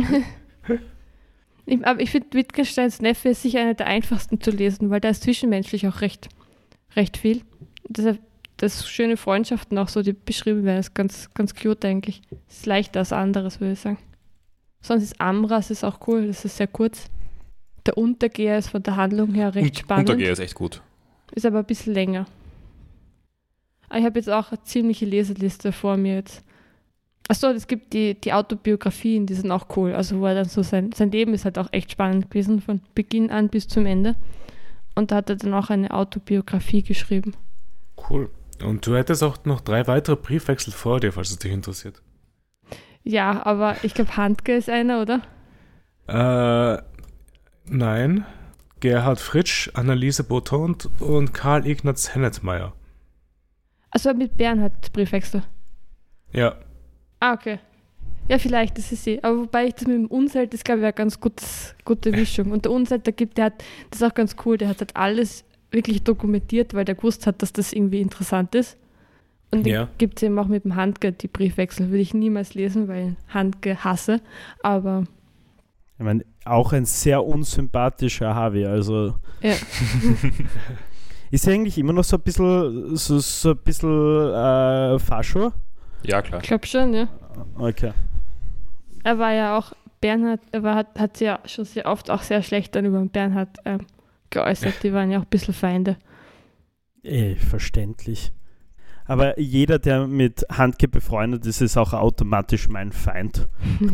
Ich, aber ich finde, Wittgensteins Neffe ist sicher einer der einfachsten zu lesen, weil da ist zwischenmenschlich auch recht, recht viel. Deshalb, dass schöne Freundschaften auch so, die beschrieben werden, ist ganz, ganz cute eigentlich. Ist leichter als anderes, würde ich sagen. Sonst ist Amras ist auch cool, das ist sehr kurz. Der Untergeher ist von der Handlung her recht Und, spannend. Untergeher ist echt gut. Ist aber ein bisschen länger. Aber ich habe jetzt auch eine ziemliche Leseliste vor mir jetzt. Achso, es gibt die, die Autobiografien, die sind auch cool. Also wo er dann so sein, sein Leben ist halt auch echt spannend gewesen, von Beginn an bis zum Ende. Und da hat er dann auch eine Autobiografie geschrieben. Cool. Und du hättest auch noch drei weitere Briefwechsel vor dir, falls es dich interessiert. Ja, aber ich glaube, Handke ist einer, oder? Äh, nein. Gerhard Fritsch, Anneliese Botont und Karl Ignaz Hennetmeier. Also mit Bernhard Briefwechsel. Ja. Ah, okay. Ja, vielleicht, das ist sie. Aber wobei ich das mit dem Unselt, das glaube ich eine ganz gutes, gute Mischung. Und der Unselt, der gibt, der hat, das ist auch ganz cool, der hat halt alles wirklich dokumentiert, weil der gewusst hat, dass das irgendwie interessant ist. Und Ja. gibt es eben auch mit dem Handke, die Briefwechsel. Würde ich niemals lesen, weil ich Handke hasse. Aber Ich meine, auch ein sehr unsympathischer Harvey, also ja, ist er eigentlich immer noch so ein bisschen so, so ein bisschen äh, Fascho? Ja, klar. ich glaube schon, ja. Okay. Er war ja auch, Bernhard, er war, hat, hat sich ja schon sehr oft auch sehr schlecht dann über den Bernhard ähm, geäußert. Die waren ja auch ein bisschen Feinde. Eh, verständlich. Aber jeder, der mit Handke befreundet ist, ist auch automatisch mein Feind.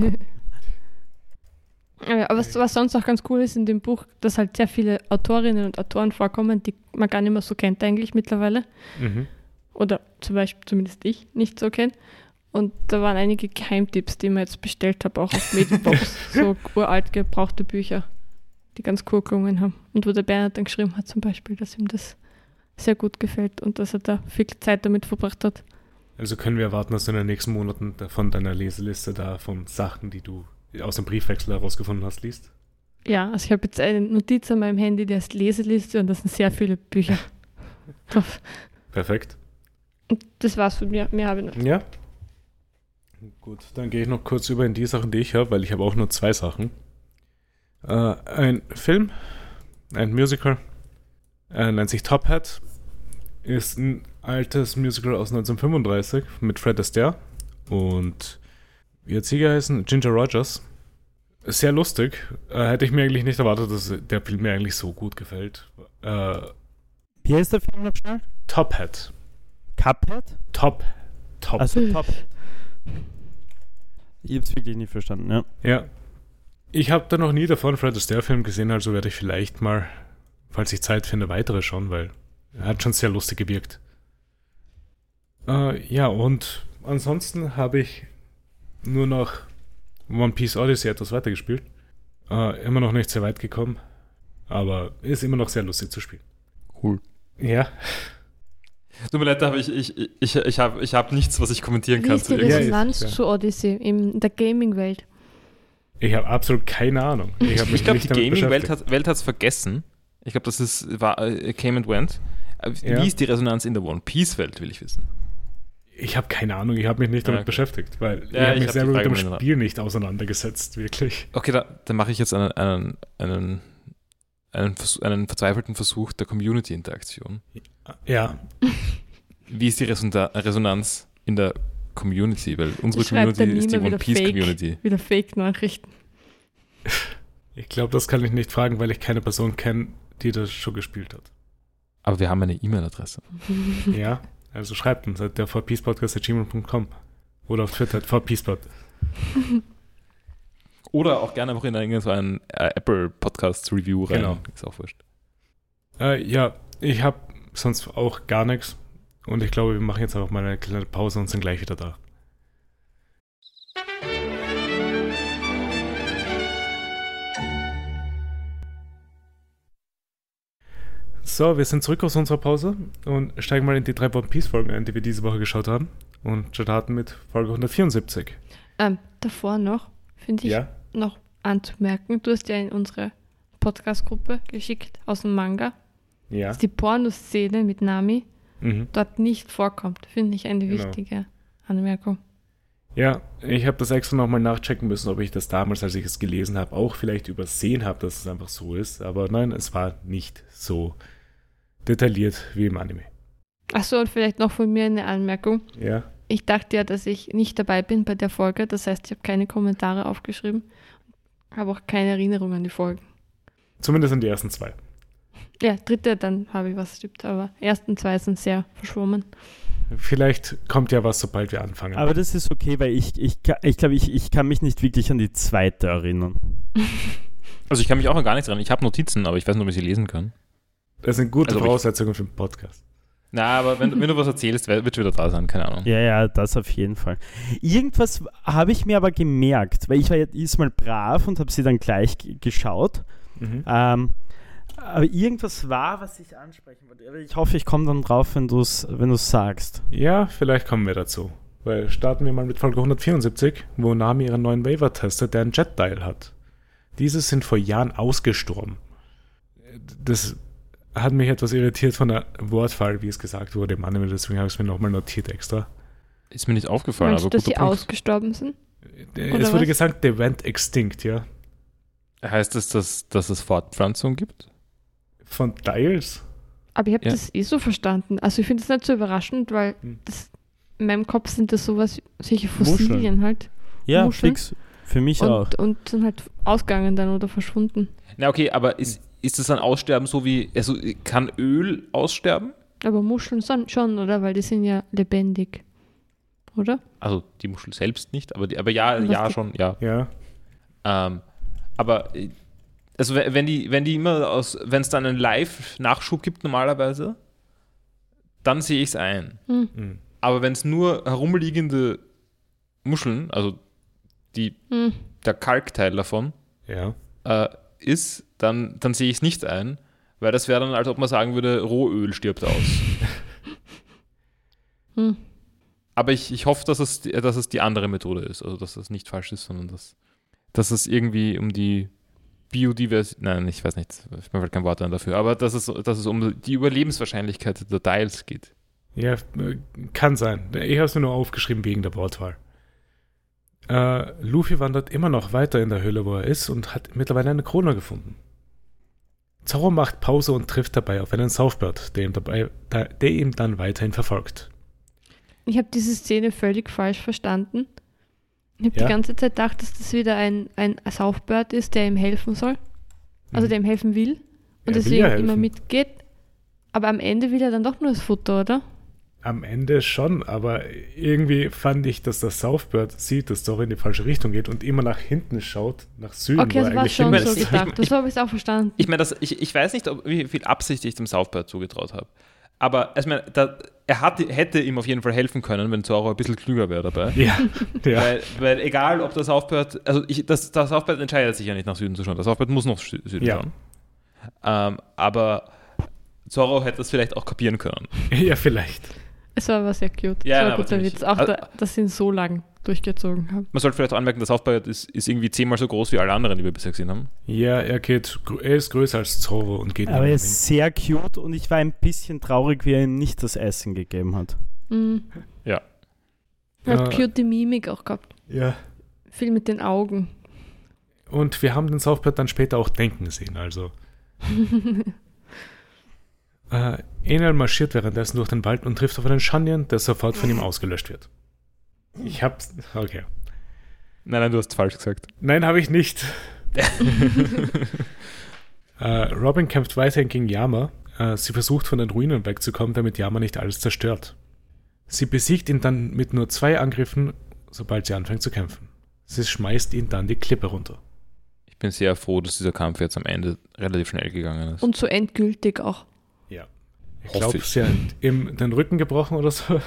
Ja, aber was, was sonst auch ganz cool ist in dem Buch, dass halt sehr viele Autorinnen und Autoren vorkommen, die man gar nicht mehr so kennt eigentlich mittlerweile. Mhm. Oder zum Beispiel zumindest ich nicht so kenne. Und da waren einige Geheimtipps, die ich mir jetzt bestellt habe, auch auf Medienbox. So uralt gebrauchte Bücher, die ganz cool gelungen haben. Und wo der Bernhard dann geschrieben hat zum Beispiel, dass ihm das sehr gut gefällt und dass er da viel Zeit damit verbracht hat. Also können wir erwarten, dass du in den nächsten Monaten da- von deiner Leseliste da von Sachen, die du aus dem Briefwechsel herausgefunden hast, liest? Ja, also ich habe jetzt eine Notiz an meinem Handy, die heißt Leseliste und da sind sehr viele Bücher drauf. Perfekt. Und das war's von mir. Mehr habe ich nicht. Ja. Gut, dann gehe ich noch kurz über in die Sachen, die ich habe, weil ich habe auch nur zwei Sachen. Äh, ein Film, ein Musical, äh, nennt sich Top Hat, ist ein altes Musical aus neunzehnhundertfünfunddreißig mit Fred Astaire und wie hat sie geheißen? Ginger Rogers. Sehr lustig. Äh, hätte ich mir eigentlich nicht erwartet, dass der Film mir eigentlich so gut gefällt. Äh, Wie heißt der Film noch schnell? Top Hat. Cuphead? Top. Top. Also top. Ich hab's wirklich nicht verstanden, ja. Ja. Ich habe da noch nie davon einen Fred Astaire-Film gesehen, also werde ich vielleicht mal, falls ich Zeit finde, weitere schauen, weil er hat schon sehr lustig gewirkt. Äh, ja, und ansonsten habe ich nur noch One Piece Odyssey etwas weitergespielt. Äh, immer noch nicht sehr weit gekommen, aber ist immer noch sehr lustig zu spielen. Cool. Ja. Tut mir leid, da habe ich, ich, ich, ich habe ich hab nichts, was ich kommentieren Wie kann. ist die zu Ja, Resonanz ja. zu Odyssey in der Gaming-Welt? Ich habe absolut keine Ahnung. Ich, hab mich Ich glaube, nicht die damit Gaming-Welt beschäftigt. hat Welt hat's vergessen. Ich glaube, das ist, war, äh, came and went. Äh, Wie Ja. ist die Resonanz in der One Piece-Welt, will ich wissen. Ich habe keine Ahnung, ich habe mich nicht Ja, damit okay. beschäftigt, weil ich Ja, habe ich mich hab selber die mit dem Frage genommen. Spiel nicht auseinandergesetzt, wirklich. Okay, da, dann mache ich jetzt einen, einen, einen, einen, Vers- einen verzweifelten Versuch der Community-Interaktion. Ja, Wie ist die Resonanz, Resonanz in der Community? Weil unsere schreibt Community dann ist die niemand One wieder Piece Fake. Community. Wieder Fake-Nachrichten. Ich glaube, das kann ich nicht fragen, weil ich keine Person kenne, die das schon gespielt hat. Aber wir haben eine E-Mail-Adresse. Ja, also schreibt uns at der four peace podcast at gmail dot com oder auf Twitter at four peace pod. Oder auch gerne einfach in irgendein so ein äh, Apple Podcast Review rein. Genau. Ist auch wurscht. Äh, ja, ich habe sonst auch gar nichts und ich glaube, wir machen jetzt einfach mal eine kleine Pause und sind gleich wieder da. So, wir sind zurück aus unserer Pause und steigen mal in die drei One Piece Folgen ein, die wir diese Woche geschaut haben und starten mit Folge hundertvierundsiebzig. Ähm, davor noch, finde ich Ja? noch anzumerken, du hast ja in unsere Podcast-Gruppe geschickt aus dem Manga, Ja. dass die Pornoszene mit Nami Mhm. dort nicht vorkommt. Finde ich eine Genau. wichtige Anmerkung. Ja, ich habe das extra nochmal nachchecken müssen, ob ich das damals, als ich es gelesen habe, auch vielleicht übersehen habe, dass es einfach so ist. Aber nein, es war nicht so detailliert wie im Anime. Achso, und vielleicht noch von mir eine Anmerkung. Ja, Ich dachte ja, dass ich nicht dabei bin bei der Folge. Das heißt, ich habe keine Kommentare aufgeschrieben. Habe auch keine Erinnerung an die Folgen. zumindest an die ersten zwei. Ja, dritte, dann habe ich was stimmt. Aber ersten zwei sind sehr verschwommen. Vielleicht kommt ja was, sobald wir anfangen. Aber das ist okay, weil ich, ich, ich, ich glaube, ich, ich kann mich nicht wirklich an die zweite erinnern. Also ich kann mich auch an gar nichts erinnern. Ich habe Notizen, aber ich weiß nicht, ob ich sie lesen kann. Das sind gute Also, Voraussetzungen für den Podcast. Na, aber wenn, wenn du was erzählst, wird schon wieder da sein, keine Ahnung. Ja, ja, das auf jeden Fall. Irgendwas habe ich mir aber gemerkt, weil ich war jetzt diesmal brav und habe sie dann gleich g- geschaut. Mhm. Ähm, aber irgendwas war, was ich ansprechen wollte. Aber ich hoffe, ich komme dann drauf, wenn du es wenn du's sagst. Ja, vielleicht kommen wir dazu. Weil starten wir mal mit Folge hundertvierundsiebzig, wo Nami ihren neuen Waiver testet, der ein Jet-Dial hat. Diese sind vor Jahren ausgestorben. Das hat mich etwas irritiert von der Wortwahl, wie es gesagt wurde im Anime, deswegen habe ich es mir nochmal notiert extra. Ist mir nicht aufgefallen, Meinst du, aber dass sie guter Punkt. ausgestorben sind? Es Oder wurde was? gesagt, they went extinct, ja. Heißt es, dass, dass es Fortpflanzung gibt? Von Dials? Aber ich habe Ja. das eh so verstanden. Also ich finde es nicht so überraschend, weil Hm. das, in meinem Kopf sind das sowas, solche Fossilien halt. Ja, Muscheln. fix. Für mich auch. Und, und sind halt ausgegangen dann oder verschwunden. Na okay, aber ist, ist das ein Aussterben so wie, also kann Öl aussterben? Aber Muscheln son- schon, oder? Weil die sind ja lebendig. Oder? Also die Muschel selbst nicht, aber, die, aber ja, Was ja die- schon, ja. Ja. Ähm, aber äh, also wenn wenn die, wenn die immer aus, wenn es dann einen Live-Nachschub gibt normalerweise, dann sehe ich es ein. Hm. Mhm. Aber wenn es nur herumliegende Muscheln, also die, Hm. der Kalkteil davon, Ja. äh, ist, dann, dann sehe ich es nicht ein, weil das wäre dann, als ob man sagen würde, Rohöl stirbt aus. Hm. Aber ich, ich hoffe, dass es, die- dass es die andere Methode ist, also dass das nicht falsch ist, sondern dass, dass es irgendwie um die Biodiversität, nein, ich weiß nicht, mir fällt kein Wort ein dafür, aber dass es, dass es um die Überlebenswahrscheinlichkeit der Dials geht. Ja, äh, kann sein. Ich habe es mir nur aufgeschrieben wegen der Wortwahl. Äh, Luffy wandert immer noch weiter in der Höhle, wo er ist, und hat mittlerweile eine Krone gefunden. Zoro macht Pause und trifft dabei auf einen Southbird, der ihm, dabei, der, der ihm dann weiterhin verfolgt. Ich habe diese Szene völlig falsch verstanden. Ich habe Ja? die ganze Zeit gedacht, dass das wieder ein, ein Southbird ist, der ihm helfen soll. Also Mhm. der ihm helfen will. Und Er will deswegen ja immer helfen. mitgeht. Aber am Ende will er dann doch nur das Futter, oder? Am Ende schon, aber irgendwie fand ich, dass der Southbird sieht, dass Zoro in die falsche Richtung geht und immer nach hinten schaut, nach Süden, Okay, wo das er war eigentlich schon hin so ich- ist. gedacht. ich- Das habe ich auch verstanden. Ich meine, das- ich, ich weiß nicht, ob, wie viel Absicht ich dem Southbird zugetraut habe. Aber also, ich meine, da, er hat, hätte ihm auf jeden Fall helfen können, wenn Zoro ein bisschen klüger wäre dabei. Ja, ja. Weil, weil egal, ob das Southbird, also ich, das, das Southbird entscheidet sich ja nicht nach Süden zu schauen. Das Southbird muss nach Sü- Süden Ja. schauen. Ähm, aber Zoro hätte das vielleicht auch kapieren können. ja, vielleicht. Es war aber sehr cute. Ja, das war na, ein guter aber Witz. ziemlich- Auch, Also- da, dass sie ihn so lang durchgezogen haben. Man sollte vielleicht auch anmerken, das Southbird ist, ist irgendwie zehnmal so groß wie alle anderen, die wir bisher gesehen haben. Ja, er geht, gr- er ist größer als Zoro und geht Aber neben er ihm. ist sehr cute und ich war ein bisschen traurig, wie er ihm nicht das Essen gegeben hat. Mhm. Ja. Er hat Ja. cute Mimik auch gehabt. Ja. Viel mit den Augen. Und wir haben den Southbird dann später auch denken sehen, also. äh, Enel marschiert währenddessen durch den Wald und trifft auf einen Shanyan, der sofort von ihm ausgelöscht wird. Ich hab's. Okay. Nein, nein, du hast falsch gesagt. Nein, habe ich nicht. äh, Robin kämpft weiterhin gegen Yama. Äh, sie versucht von den Ruinen wegzukommen, damit Yama nicht alles zerstört. Sie besiegt ihn dann mit nur zwei Angriffen, sobald sie anfängt zu kämpfen. Sie schmeißt ihn dann die Klippe runter. Ich bin sehr froh, dass dieser Kampf jetzt am Ende relativ schnell gegangen ist. Und so endgültig auch. Ja. Ich Hoffe glaube, ich. sie hat ihm den Rücken gebrochen oder so.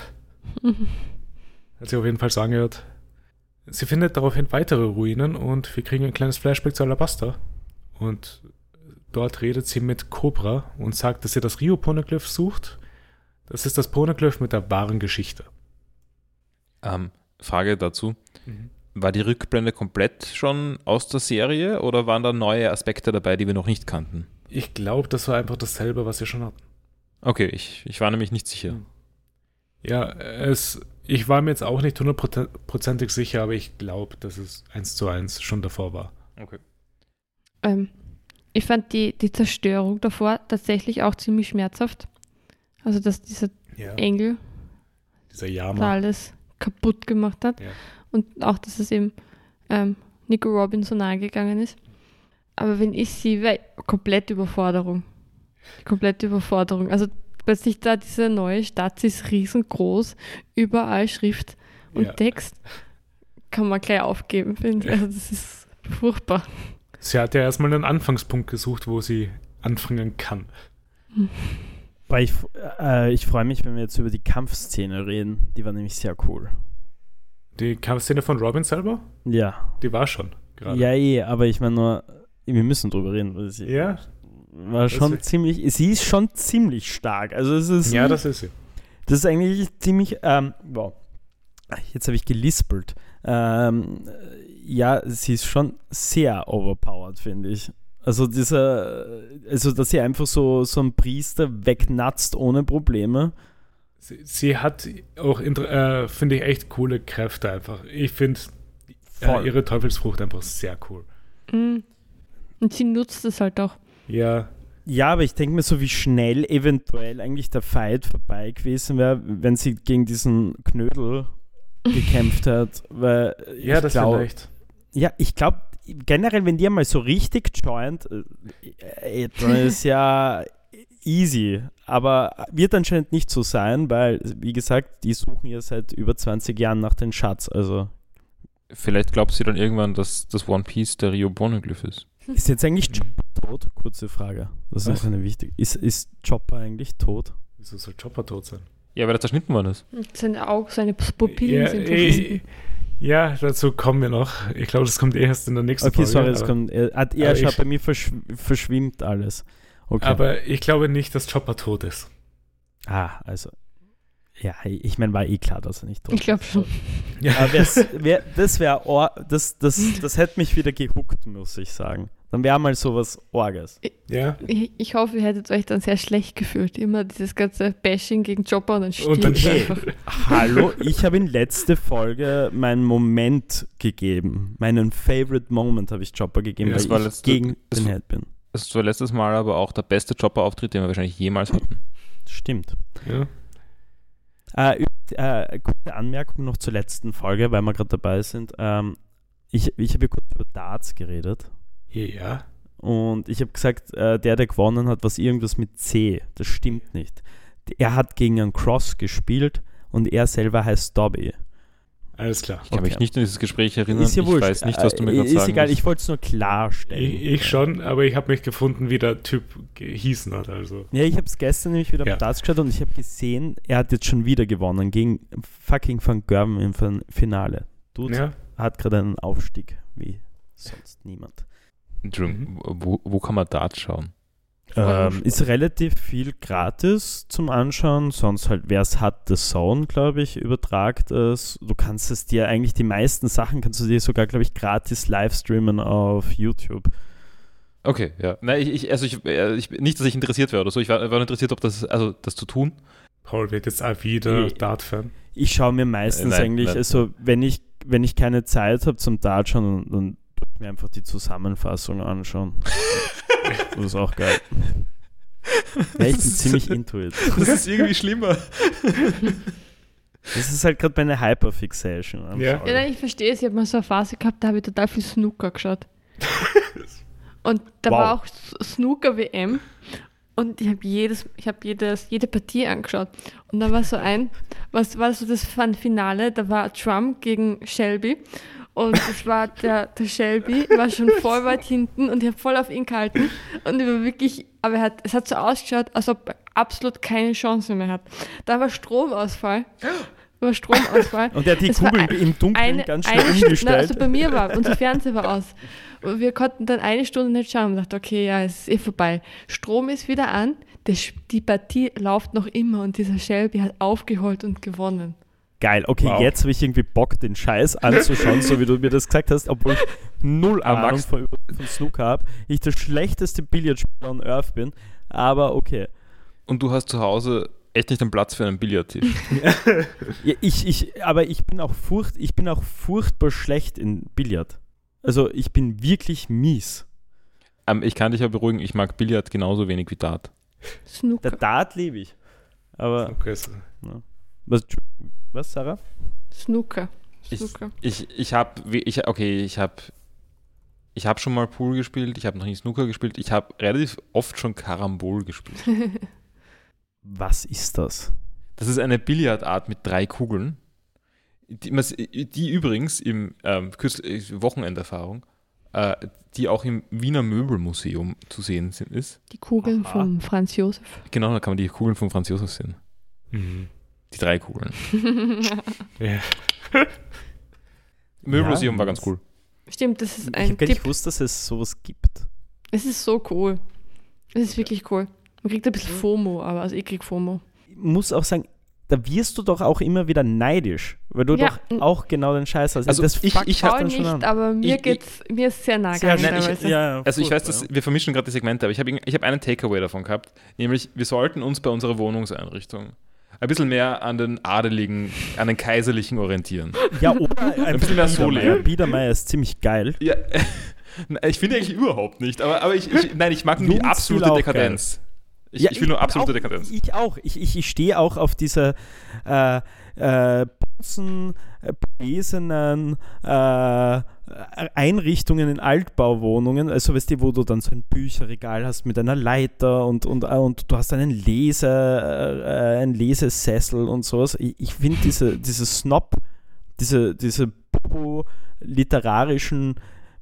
Hat sie auf jeden Fall so angehört. Sie findet daraufhin weitere Ruinen und wir kriegen ein kleines Flashback zu Alabasta. Und dort redet sie mit Cobra und sagt, dass sie das Rio-Poneglyph sucht. Das ist das Poneglyph mit der wahren Geschichte. Ähm, Frage dazu. War die Rückblende komplett schon aus der Serie oder waren da neue Aspekte dabei, die wir noch nicht kannten? Ich glaube, das war einfach dasselbe, was wir schon hatten. Okay, ich, ich war nämlich nicht sicher. Ja, es, ich war mir jetzt auch nicht hundertprozentig sicher, aber ich glaube, dass es eins zu eins schon davor war. Okay. Ähm, ich fand die, die Zerstörung davor tatsächlich auch ziemlich schmerzhaft. Also, dass dieser Ja, Engel dieser da Yama. alles kaputt gemacht hat. Ja. Und auch, dass es eben ähm, Nico Robin so nahe gegangen ist. Aber wenn ich sie, weil komplette Überforderung. Komplette Überforderung. Also plötzlich da diese neue Stadt, sie ist riesengroß, überall Schrift und Ja. Text. Kann man gleich aufgeben, finde ich. Also das ist furchtbar. Sie hat ja erstmal einen Anfangspunkt gesucht, wo sie anfangen kann. Aber ich, äh, ich freue mich, wenn wir jetzt über die Kampfszene reden. Die war nämlich sehr cool. Die Kampfszene von Robin selber, Ja. die war schon gerade. Ja, eh, aber ich meine nur, wir müssen drüber reden. Weil sie Ja, war schon Das- ziemlich, sie ist schon ziemlich stark. Also es ist, ja, das ist sie. das ist eigentlich ziemlich, ähm, wow, jetzt habe ich gelispelt. Ähm, ja, sie ist schon sehr overpowered, finde ich. Also dieser, also dass sie einfach so, so einen Priester wegnatzt ohne Probleme. Sie, sie hat auch, äh, finde ich, echt coole Kräfte einfach. Ich finde Voll. äh, ihre Teufelsfrucht einfach sehr cool. Mhm. Und sie nutzt es halt auch. Ja, Ja, aber ich denke mir so, wie schnell eventuell eigentlich der Fight vorbei gewesen wäre, wenn sie gegen diesen Knödel gekämpft hat. Weil ja, ich das glaub, vielleicht. Ja, ich glaube, generell, wenn die einmal so richtig joint, äh, äh, dann ist ja easy. Aber wird anscheinend nicht so sein, weil, wie gesagt, die suchen ja seit über zwanzig Jahren nach dem Schatz. Also Vielleicht glaubt sie dann irgendwann, dass das One Piece der Rio Poneglyph ist. ist jetzt eigentlich Chopper tot? Kurze Frage. Das ist Was? auch eine wichtige. Ist, ist Chopper eigentlich tot? Wieso soll Chopper tot sein? Ja, weil er zerschnitten worden ist. Und seine Augen, seine Pupillen Ja, sind eh, verschwunden. ja, dazu kommen wir noch. Ich glaube, das kommt erst in der nächsten Okay, Folge. sorry, es aber, kommt. Äh, hat- ja, aber schau, ich- bei mir verschw verschwimmt alles. Okay. aber ich glaube nicht, dass Chopper tot ist. ah, also. Ja, ich meine, war eh klar, dass er nicht tot Ich glaube schon. Ja. Aber wär's, wär, das wäre, das, das, das hätte mich wieder gehuckt, muss ich sagen. Dann wäre mal sowas Orges. Ja, Ich, ich hoffe, ihr hättet euch dann sehr schlecht gefühlt. Immer dieses ganze Bashing gegen Chopper und dann stirbt Und dann er stirbt- einfach. Hallo, ich habe in letzte Folge meinen Moment gegeben. Meinen Favorite Moment habe ich Chopper gegeben, Ja, weil das war ich letzte- gegen das den war- Held bin. Das war letztes Mal aber auch der beste Chopper-Auftritt, den wir wahrscheinlich jemals hatten. Stimmt. ja. Äh, üb- äh, gute Anmerkung noch zur letzten Folge, weil wir gerade dabei sind. Ähm, ich ich habe ja kurz über Darts geredet. Ja. Und ich habe gesagt, äh, der, der gewonnen hat, was irgendwas mit C. Das stimmt nicht. Er hat gegen einen Cross gespielt und er selber heißt Dobby. Alles klar. Ich kann Okay. mich nicht an dieses Gespräch erinnern. Ist ja ich wurscht. weiß nicht, was du mir Äh, gerade Ist sagen egal, willst. ich wollte es nur klarstellen. Ich, ich schon, aber ich habe mich gefunden, wie der Typ gehießen hat. Also. Ja, ich habe es gestern nämlich wieder Ja. am Darts geschaut und ich habe gesehen, er hat jetzt schon wieder gewonnen gegen fucking Van Gerven im Fin- Finale. Dude Ja. hat gerade einen Aufstieg wie sonst niemand. Entschuldigung, wo, wo kann man Darts schauen? Ähm, ist relativ viel gratis zum Anschauen, sonst halt, wer es hat, The Zone, glaube ich, übertragt es. Du kannst es dir, eigentlich die meisten Sachen kannst du dir sogar, glaube ich, gratis live streamen auf YouTube. Okay, ja. Nein, ich, ich, also ich, äh, ich, nicht, dass ich interessiert wäre oder so. Ich war, war nur interessiert, ob das, also das zu tun. Paul wird jetzt auch wieder Ich- Dart-Fan. Ich schaue mir meistens Äh, nein, eigentlich, nein. also wenn ich, wenn ich keine Zeit habe zum Dart schauen, dann, dann tue ich mir einfach die Zusammenfassung anschauen. Das ist auch geil. Ja, ich bin ziemlich into it. Das ist irgendwie schlimmer. Das ist halt gerade meine Hyperfixation. I'm Ja. sorry. Ja, nein, ich verstehe es. Ich habe mal so eine Phase gehabt, da habe ich total viel Snooker geschaut. Und da Wow. war auch S- Snooker-W M. Und ich habe jedes, ich habe jedes, jede Partie angeschaut. Und da war so ein, was war so das Finale, da war Trump gegen Shelby. Und es war der, der Shelby, war schon voll weit hinten und ich habe voll auf ihn gehalten. Und ich war wirklich, aber er hat, es hat so ausgeschaut, als ob er absolut keine Chance mehr hat. Da war Stromausfall. War Stromausfall. Und er hat die Es war Kugeln ein- im Dunkeln eine, ganz schnell eine Stunde, umgestellt. also bei mir war, unser Fernseher war aus. Und wir konnten dann eine Stunde nicht schauen und dachten, okay, ja, es ist eh vorbei. Strom ist wieder an, der, Sch- die Partie läuft noch immer und dieser Shelby hat aufgeholt und gewonnen. Geil, okay, Wow. jetzt habe ich irgendwie Bock, den Scheiß anzuschauen, so wie du mir das gesagt hast, obwohl ich null Aber Ahnung Max- von, von Snooker habe. Ich der schlechteste Billardspieler on Earth bin, aber okay. Und du hast zu Hause echt nicht den Platz für einen Billardtisch. Ja, ich, ich, aber ich bin auch furcht, ich bin auch furchtbar schlecht in Billard. Also ich bin wirklich mies. ähm, ich kann dich ja beruhigen, ich mag Billard genauso wenig wie Dart. Snooker. Der Dart liebe ich. Aber Okay, so. was, was Sarah? Snooker. Ich, Snooker. ich, ich habe, ich, okay, ich habe ich hab schon mal Pool gespielt, ich habe noch nie Snooker gespielt, ich habe relativ oft schon Karambol gespielt. Was ist das? Das ist eine Billardart mit drei Kugeln, die, man- die übrigens im ähm, Küst- äh, Wochenenderfahrung, äh, die auch im Wiener Möbelmuseum zu sehen sind, ist. Die Kugeln Aha. von Franz Josef. Genau, da kann man die Kugeln von Franz Josef sehen. Mhm. Die drei Kugeln. Ja. Möbelmuseum Ja, war ganz das- cool. Stimmt, das ist Ich ein habe gar nicht Tipp. gewusst, dass es sowas gibt. Es ist so cool. Es ist wirklich cool. Man kriegt ein bisschen FOMO, aber also ich krieg FOMO. Ich muss auch sagen, da wirst du doch auch immer wieder neidisch, weil du Ja. doch auch genau den Scheiß hast. Also ich- fuckt ich mich hab dann Paul schon nicht, an. aber mir Ich- geht's, mir ist sehr nah Sehr gegangen Nein, ich- teilweise. ja, Also ich weiß, furchtbar, dass wir vermischen gerade die Segmente, aber ich habe ich hab einen Takeaway davon gehabt, nämlich wir sollten uns bei unserer Wohnungseinrichtung ein bisschen mehr an den Adeligen, an den Kaiserlichen orientieren. ja. ja, oder ein bisschen mehr so Biedermeier. leben. Biedermeier ist ziemlich geil. Ja, ich finde eigentlich überhaupt nicht, aber, aber ich, ich, nein, ich mag nur die Jugendstil absolute auch Dekadenz. Ich, Ja, ich will nur absolute auch, Dekadenz. Ich auch. Ich, ich, ich stehe auch auf diese äh, äh, Bonzen, äh, belesenen äh, Einrichtungen in Altbauwohnungen, also weißt du, wo du dann so ein Bücherregal hast mit einer Leiter und, und, äh, und du hast einen Lese, äh, einen Lesesessel und sowas. Ich, ich finde diese, diese Snob, diese, diese literarischen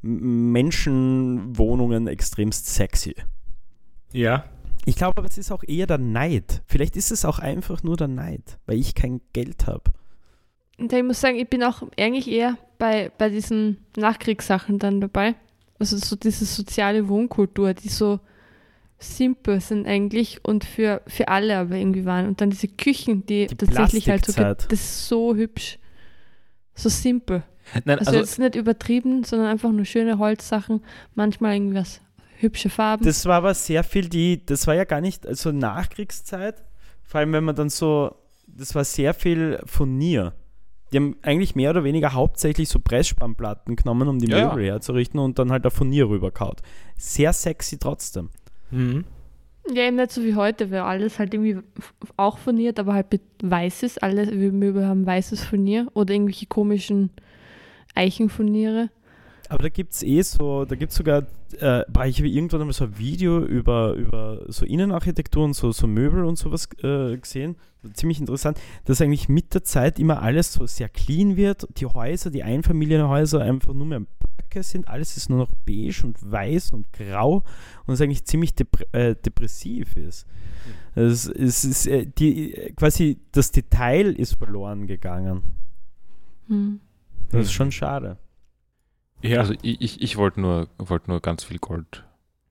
Menschenwohnungen extremst sexy. Ja. Ich glaube aber, es ist auch eher der Neid. Vielleicht ist es auch einfach nur der Neid, weil ich kein Geld habe. Und ich muss sagen, ich bin auch eigentlich eher bei, bei diesen Nachkriegssachen dann dabei. Also so diese soziale Wohnkultur, die so simpel sind eigentlich und für, für alle aber irgendwie waren. Und dann diese Küchen, die, Die tatsächlich halt so, ge- Plastikzeit. das ist so hübsch. So simpel. Nein, Also, also, jetzt nicht übertrieben, sondern einfach nur schöne Holzsachen, manchmal irgendwas, hübsche Farben. Das war aber sehr viel die, das war ja gar nicht, also Nachkriegszeit, vor allem wenn man dann so, das war sehr viel Furnier. Die haben eigentlich mehr oder weniger hauptsächlich so Pressspannplatten genommen, um die Ja, Möbel herzurichten und dann halt ein Furnier rüberkaut. Sehr sexy trotzdem. Mhm. Ja, eben nicht so wie heute, weil alles halt irgendwie f- auch furniert, aber halt mit weißes, alle Möbel haben weißes Furnier oder irgendwelche komischen Eichenfurniere. Aber da gibt es eh so, da gibt es sogar, äh, boah, ich habe irgendwann einmal so ein Video über, über so Innenarchitektur und so, so Möbel und sowas äh, gesehen. Ziemlich interessant, dass eigentlich mit der Zeit immer alles so sehr clean wird. Die Häuser, die Einfamilienhäuser einfach nur mehr Blöcke sind. Alles ist nur noch beige und weiß und grau und es eigentlich ziemlich depr äh, depressiv ist. Es, es ist äh, die, quasi das Detail ist verloren gegangen. Hm. Das ist schon schade. Ja. also ich, ich, ich wollte nur, wollt nur ganz viel Gold.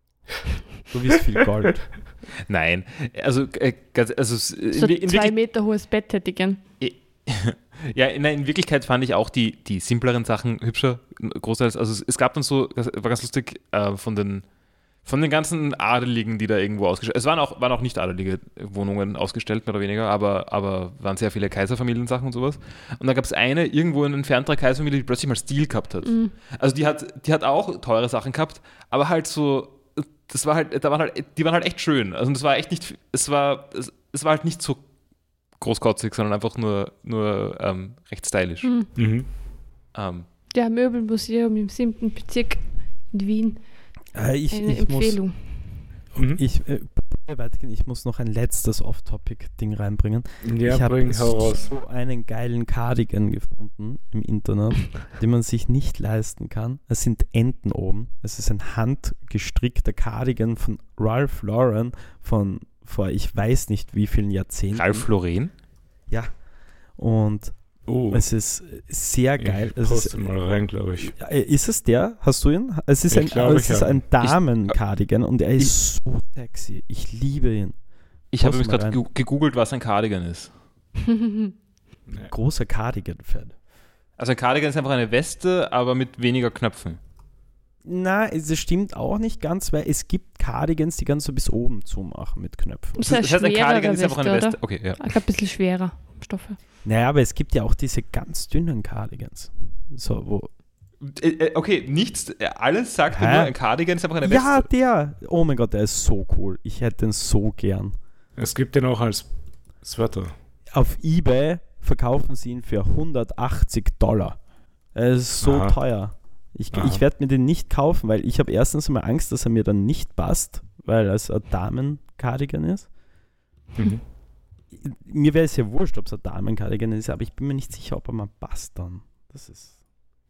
Du willst viel Gold. Nein, also, äh, ganz, also s- in, So in zwei wirklich, Meter hohes Bett hätte ich gern. ja, in, in Wirklichkeit fand ich auch die, die simpleren Sachen hübscher, großteils. Also es, es gab dann so, das war ganz lustig, äh, von den von den ganzen Adeligen, die da irgendwo ausgestellt, es waren auch, waren auch nicht adelige Wohnungen ausgestellt, mehr oder weniger, aber, aber waren sehr viele Kaiserfamiliensachen und sowas. Und da gab es eine irgendwo in entfernterer Kaiserfamilie, die plötzlich mal Stil gehabt hat. Mhm. Also die hat, die hat auch teure Sachen gehabt, aber halt so, das war halt, da waren halt, die waren halt echt schön. Also das war echt nicht, es war, es, es war halt nicht so großkotzig, sondern einfach nur, nur ähm, recht stylisch. Mhm. Mhm. Ähm, Ja, Möbelmuseum im siebten Bezirk in Wien. Äh, ich, Eine ich muss, Empfehlung. Mhm. ich, äh, bevor wir weitergehen, ich muss noch ein letztes Off-Topic-Ding reinbringen. Ja, ich habe bring, hau raus. so einen geilen Cardigan gefunden im Internet, den man sich nicht leisten kann. Es sind Enten oben. Es ist ein handgestrickter Cardigan von Ralph Lauren von vor ich weiß nicht wie vielen Jahrzehnten. Ralph Lauren? Ja. Und Oh, es ist sehr geil. ich Es poste ist, mal rein, glaube ich. Äh, Ist es der? Hast du ihn? Es ist Ich ein, glaube, es ich ist habe ein Damen-Cardigan und er ich- ist so sexy. Ich liebe ihn. Ich habe Post übrigens mal gerade rein. ge- gegoogelt, was ein Cardigan ist. Großer Cardigan-Fan. Also ein Cardigan ist einfach eine Weste, aber mit weniger Knöpfen. Na, es stimmt auch nicht ganz, weil es gibt Cardigans, die ganz so bis oben zumachen mit Knöpfen. Das ist eine Das heißt, ein Cardigan schwerere ist einfach eine Weste, Weste. Okay, ja. oder? Ein bisschen schwerer Stoffe. Naja, aber es gibt ja auch diese ganz dünnen Cardigans. So, wo. Äh, äh, Okay, nichts, äh, alles sagt Hä? mir nur, ein Cardigan ist einfach eine Ja, Weste. der! Oh mein Gott, der ist so cool. Ich hätte den so gern. Es gibt den auch als Sweater. Auf eBay verkaufen sie ihn für hundertachtzig Dollar. Er ist so Aha. teuer. Ich, Aha. ich werde mir den nicht kaufen, weil ich habe erstens mal Angst, dass er mir dann nicht passt, weil es ein Damen-Cardigan ist. Mhm. Mir wäre es ja wurscht, ob es ein Damen-Cardigan ist, aber ich bin mir nicht sicher, ob er mal passt dann. Das ist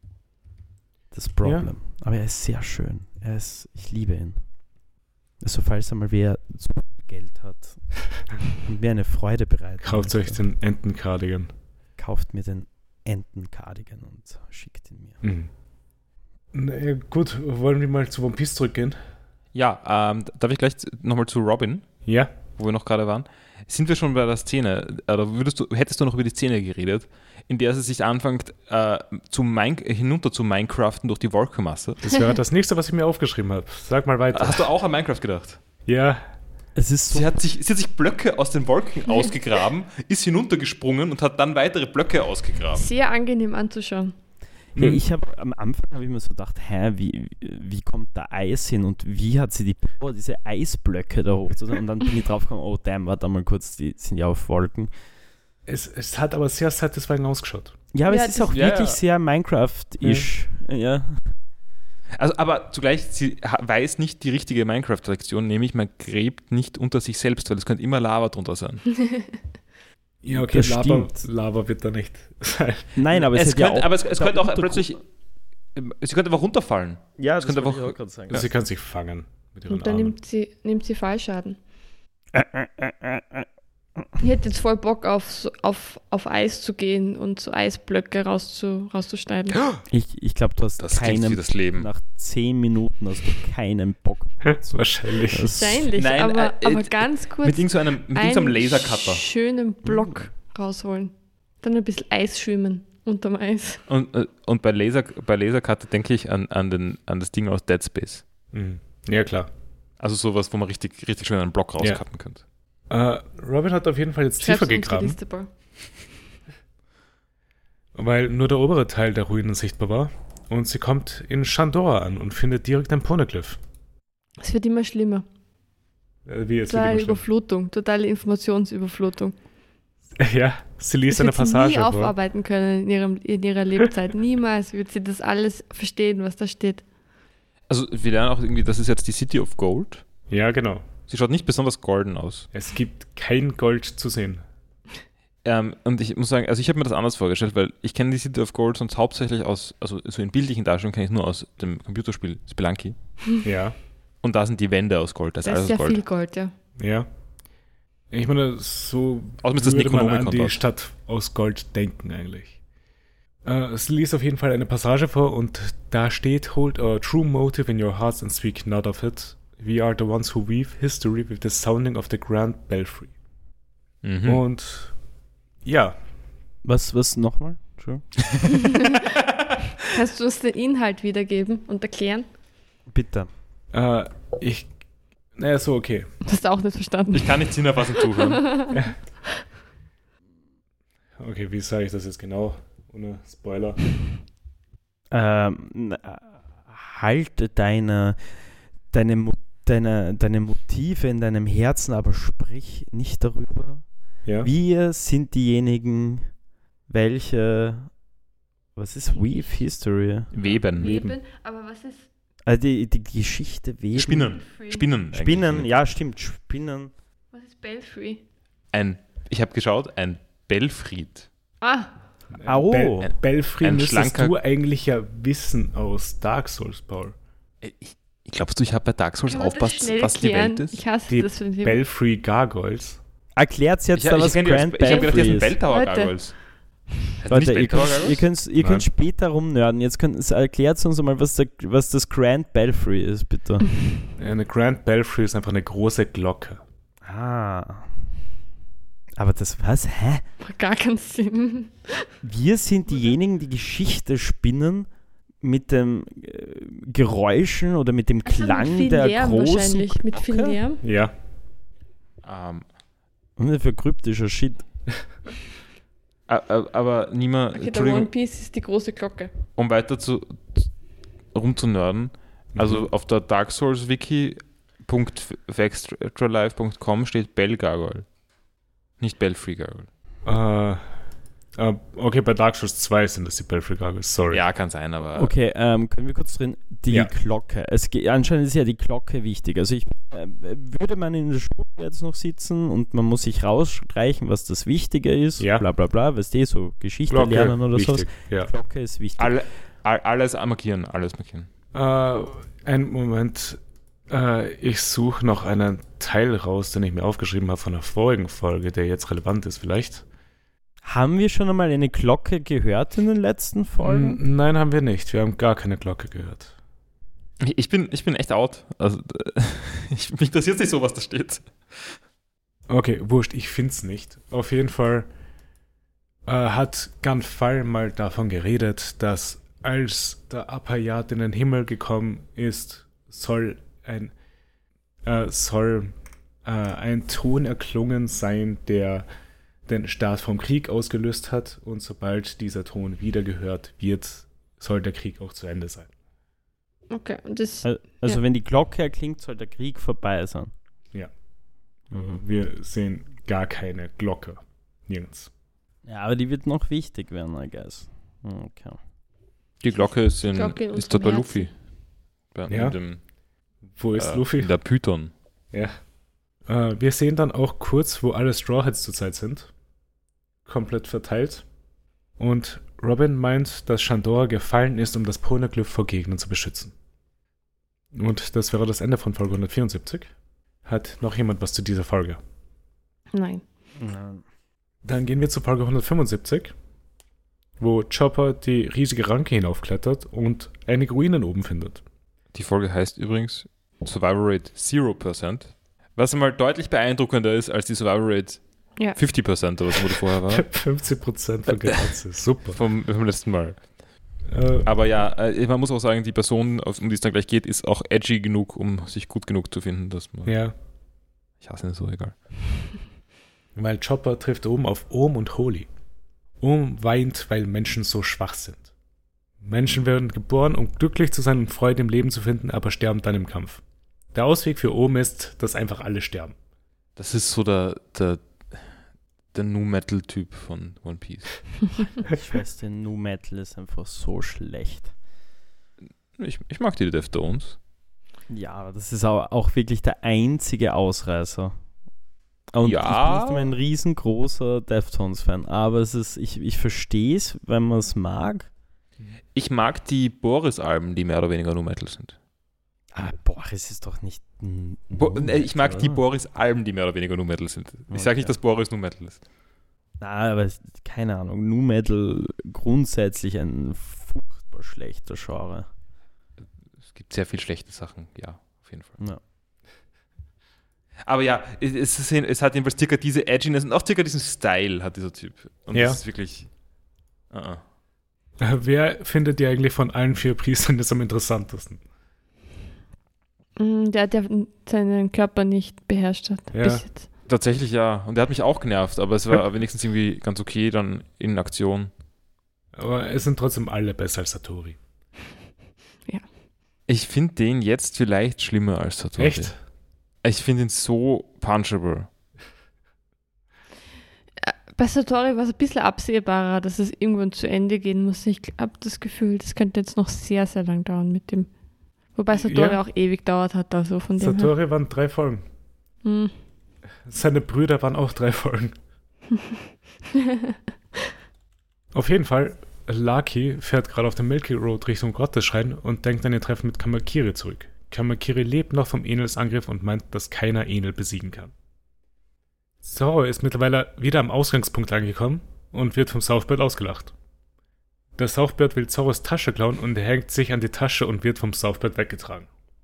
das Problem. Aber er ist sehr schön. Er ist, ich liebe ihn. Also falls einmal wer so viel Geld hat und mir eine Freude bereitet, Kauft euch den Enten-Cardigan. kauft mir den Enten-Cardigan und schickt ihn mir. Mhm. Na, ja, gut, wollen wir mal zu One Piece zurückgehen? Ja, ähm, darf ich gleich nochmal zu Robin, Ja. wo wir noch gerade waren? Sind wir schon bei der Szene, oder würdest du, hättest du noch über die Szene geredet, in der sie sich anfängt, äh, zu Min- hinunter zu Minecraften durch die Wolkenmasse? Das wäre das nächste, was ich mir aufgeschrieben habe. Sag mal weiter. Hast du auch an Minecraft gedacht? Ja. Es ist so, Sie hat, sich, sie hat sich Blöcke aus den Wolken ausgegraben, ist hinuntergesprungen und hat dann weitere Blöcke ausgegraben. Sehr angenehm anzuschauen. ja, Mhm. ich habe am Anfang habe ich mir so gedacht, hä, wie, wie kommt da Eis hin und wie hat sie die oh, diese Eisblöcke da hoch? Und dann bin ich drauf gekommen, oh damn, warte mal kurz, die sind ja auf Wolken. Es, es hat aber sehr satisfying ausgeschaut. Ja, aber Ja, es ist das- auch Ja, wirklich ja. sehr Minecraft-ish. Ja. Also, aber zugleich, sie ha- weiß nicht die richtige Minecraft-Lektion, nämlich man gräbt nicht unter sich selbst, weil es könnte immer Lava drunter sein. Ja, okay, Das Lava, stimmt. Lava wird da nicht sein. Nein, aber es, es hat ja könnte, auch aber es, es da könnte auch Untergrund- plötzlich, sie könnte einfach runterfallen. Ja, das könnte wollte einfach- ich auch gerade sagen. Sie kann sich fangen mit ihren Und dann Armen. nimmt sie, nimmt sie Fallschaden. Äh, äh, äh, äh, äh. Ich hätte jetzt voll Bock auf, so- auf, auf Eis zu gehen und so Eisblöcke rauszu, rauszuschneiden. Ich, ich glaube, du hast Das klingt wie keinen, das Leben. nach zehn Minuten hast du keinen Bock. Wahrscheinlich. Das- Wahrscheinlich, Nein, aber, äh, aber äh, ganz kurz Mit irgend so einem, mit irgend so einem einen Lasercutter. schönen Block rausholen. Dann ein bisschen Eis schwimmen unterm Eis. Und, äh, und bei, Laser, bei Lasercutter denke ich an, an, den, an das Ding aus Dead Space. Mhm. Ja, klar. Also sowas, wo man richtig, richtig schön einen Block Ja. rauscutten könnte. Äh, Robin hat auf jeden Fall jetzt Schreib's tiefer unter die gegraben, Liste, Paul. weil nur der obere Teil der Ruinen sichtbar war. Und sie kommt in Shandora an und findet direkt ein Poneglyph. Es wird immer schlimmer. Äh, Wie jetzt Totale wird immer Überflutung, totale Informationsüberflutung. schlimm. Ja, sie liest Das eine wird sie Passage nie vor. aufarbeiten können in, ihrem, in ihrer Lebzeit. Niemals wird sie das alles verstehen, was da steht. Also wir lernen auch irgendwie, das ist jetzt die City of Gold. Ja, genau. Sie schaut nicht besonders golden aus. Es gibt kein Gold zu sehen. Ähm, und ich muss sagen, also ich habe mir das anders vorgestellt, weil ich kenne die City of Gold sonst hauptsächlich aus, also so in bildlichen Darstellungen kenne ich es nur aus dem Computerspiel Spelunky. Ja, Und da sind die Wände aus Gold, das ist Da alles ist aus ja Gold. viel Gold, ja. ja. Ich meine, so Außerdem ist das würde man an Necronomicon die dort. Stadt aus Gold denken eigentlich. Äh, es liest auf jeden Fall eine Passage vor und da steht: Hold a true motive in your hearts and speak not of it. We are the ones who weave history with the sounding of the grand belfry. Mhm. Und ja, Was, was nochmal? Entschuldigung. Kannst du uns den Inhalt wiedergeben und erklären? Bitte. äh, ich. Naja, so, okay. Hast du auch nicht verstanden? Ich kann nicht sinnerfassend zuhören. Okay, wie sage ich das jetzt genau? Ohne Spoiler. Ähm, n- äh, halte deine, deine, Mo- deine, deine Motive in deinem Herzen, aber sprich nicht darüber. Ja. Wir sind diejenigen, welche, was ist Weave History? Weben. Leben. Leben, aber was ist Also die, die Geschichte weben. Spinnen. Free. Spinnen. Spinnen, eigentlich. ja, stimmt. Spinnen. Was ist Belfry? Ein, ich habe geschaut, ein Belfried. Ah, Ah, oh. Bel Belfry Ein müsstest schlanker- du eigentlich ja wissen aus Dark Souls, Paul. Ich, ich glaubst du, ich habe bei Dark Souls kann man das aufpasst, schnell was die erklären? Welt ist? Ich hasse Die das, wenn die Belfry Gargoyles. Erklärt's jetzt Ich, da, ich, was kenn die Grand aus- ich habe gedacht, die Belfry sind Bell ist. Tower Leute. Gargoyles. Heißt Leute, nicht ihr Bell Tower könnt, ihr Gargoyles? könnt, ihr Nein. könnt später rumnörden. Jetzt könnt, erklärt uns einmal, was, der, was das Grand Belfry ist, bitte. Eine Grand Belfry ist einfach eine große Glocke. Ah. Aber das was? Hä? macht gar keinen Sinn. Wir sind diejenigen, die Geschichte spinnen mit dem äh, Geräuschen oder mit dem Also Klang mit viel der Lärm großen wahrscheinlich. Mit viel Glocke? Lärm. Ja. Ähm, Und für kryptischer Shit. a- a- aber niemand, Okay, der One Entschuldigung, Piece ist die große Glocke. um weiter zu, rumzunörden, also auf der Dark Souls Wiki Punkt extralife Punkt com steht Bell Gargoyle. Nicht Belfry Gargoyle. Äh, äh, okay, bei Dark Souls zwei sind das die Belfry Gargoyles, sorry. Ja, kann sein, aber Okay, ähm, können wir kurz drin, die Ja. Glocke. Es, ge- anscheinend ist ja die Glocke wichtig. Also ich äh, würde man in der Schule jetzt noch sitzen und man muss sich rausstreichen, was das Wichtige ist, Ja. bla bla bla, weißt du, so Geschichte Glocke, lernen oder sowas. wichtig, ja. Glocke ist wichtig. alle, all, alles markieren, alles markieren. Äh, einen Moment. Äh, ich suche noch einen Teil raus, den ich mir aufgeschrieben habe von der vorigen Folge, der jetzt relevant ist vielleicht. Haben wir schon einmal eine Glocke gehört in den letzten Folgen? N nein, haben wir nicht. Wir haben gar keine Glocke gehört. Ich- Ich bin, ich bin echt out. Also, äh, ich, mich interessiert nicht so, was da steht. Okay, wurscht, ich find's nicht. Auf jeden Fall äh, hat Ganfall mal davon geredet, dass als der Apayat in den Himmel gekommen ist, soll ein äh, soll äh, ein Ton erklungen sein, der den Start vom Krieg ausgelöst hat, und sobald dieser Ton wieder gehört wird, soll der Krieg auch zu Ende sein. Okay, und das. Al- Also Ja. wenn die Glocke erklingt, soll der Krieg vorbei sein. Ja. Mhm. Wir sehen gar keine Glocke. Nirgends. Ja, aber die wird noch wichtig werden, I guess. Okay. Die Glocke ist, in, Glocke in ist dort bei unserem Luffy. Bei Ja. dem, Wo ist äh, Luffy? in der Python. Ja. Äh, wir sehen dann auch kurz, wo alle Straw Hats zurzeit sind. Komplett verteilt. Und Robin meint, dass Shandora gefallen ist, um das Poneglyph vor Gegnern zu beschützen. Und das wäre das Ende von Folge hundertvierundsiebzig. Hat noch jemand was zu dieser Folge? Nein. Nein. Dann gehen wir zu Folge hundertfünfundsiebzig, wo Chopper die riesige Ranke hinaufklettert und einige Ruinen oben findet. Die Folge heißt übrigens Survival Rate null Prozent. Was einmal deutlich beeindruckender ist als die Survival Rate Ja. fünfzig Prozent oder was wo die vorher war. fünfzig Prozent von Grenze. Super. Vom, vom letzten Mal. Äh, Aber ja, äh, man muss auch sagen, die Person, auf- um die es dann gleich geht, ist auch edgy genug, um sich gut genug zu finden, dass man. ja. Ich hasse ihn so, egal. Weil Chopper trifft oben auf Ohm und Holy. Ohm weint, weil Menschen so schwach sind. Menschen werden geboren, um glücklich zu sein und Freude im Leben zu finden, aber sterben dann im Kampf. Der Ausweg für Ohm ist, dass einfach alle sterben. Das ist so der, der, der Nu-Metal-Typ von One Piece. Ich weiß, der Nu Metal ist einfach so schlecht. Ich, ich mag die Deftones. Ja, aber das ist auch, auch wirklich der einzige Ausreißer. Und Ja. ich bin nicht immer ein riesengroßer Deftones-Fan, aber es ist, ich, ich verstehe es, wenn man es mag. Ich mag die Boris-Alben, die mehr oder weniger Nu-Metal sind. Aber Boris ist doch nicht. n- Bo Nu äh, ich mag Metal, die oder? Boris-Alben, die mehr oder weniger Nu-Metal sind. Ich sage Okay. nicht, dass Boris Nu-Metal ist. Na, aber es, keine Ahnung. Nu Metal grundsätzlich ein furchtbar schlechter Genre. Es gibt sehr viel schlechte Sachen, ja, auf jeden Fall. Ja. Aber ja, es, es, ist- es hat jedenfalls circa diese Edginess und auch circa diesen Style hat dieser Typ. Und Ja. das ist wirklich. Uh -uh. Äh, Wer findet ihr eigentlich von allen vier Priestern das am interessantesten? Mm, Der, der seinen Körper nicht beherrscht hat. Ja. Bis jetzt. Tatsächlich ja. Und der hat mich auch genervt, aber es war wenigstens irgendwie ganz okay dann in Aktion. Aber es sind trotzdem alle besser als Satori. Ich finde den jetzt vielleicht schlimmer als Satori. Echt? Ich finde ihn so punchable. Bei Satori war es ein bisschen absehbarer, dass es irgendwann zu Ende gehen muss. Ich habe das Gefühl, das könnte jetzt noch sehr, sehr lang dauern mit dem. Wobei Satori Ja. auch ewig dauert hat, also von dem her. Satori waren drei Folgen. Hm. Seine Brüder waren auch drei Folgen. Auf jeden Fall, Lucky fährt gerade auf der Milky Road Richtung Grotteschrein und denkt an ihr Treffen mit Kamakiri zurück. Kamakiri lebt noch vom Enelsangriff und meint, dass keiner Enel besiegen kann. Zoro ist mittlerweile wieder am Ausgangspunkt angekommen und wird vom Southbird ausgelacht. Der Southbird will Zoros Tasche klauen und er hängt sich an die Tasche und wird vom Southbird weggetragen.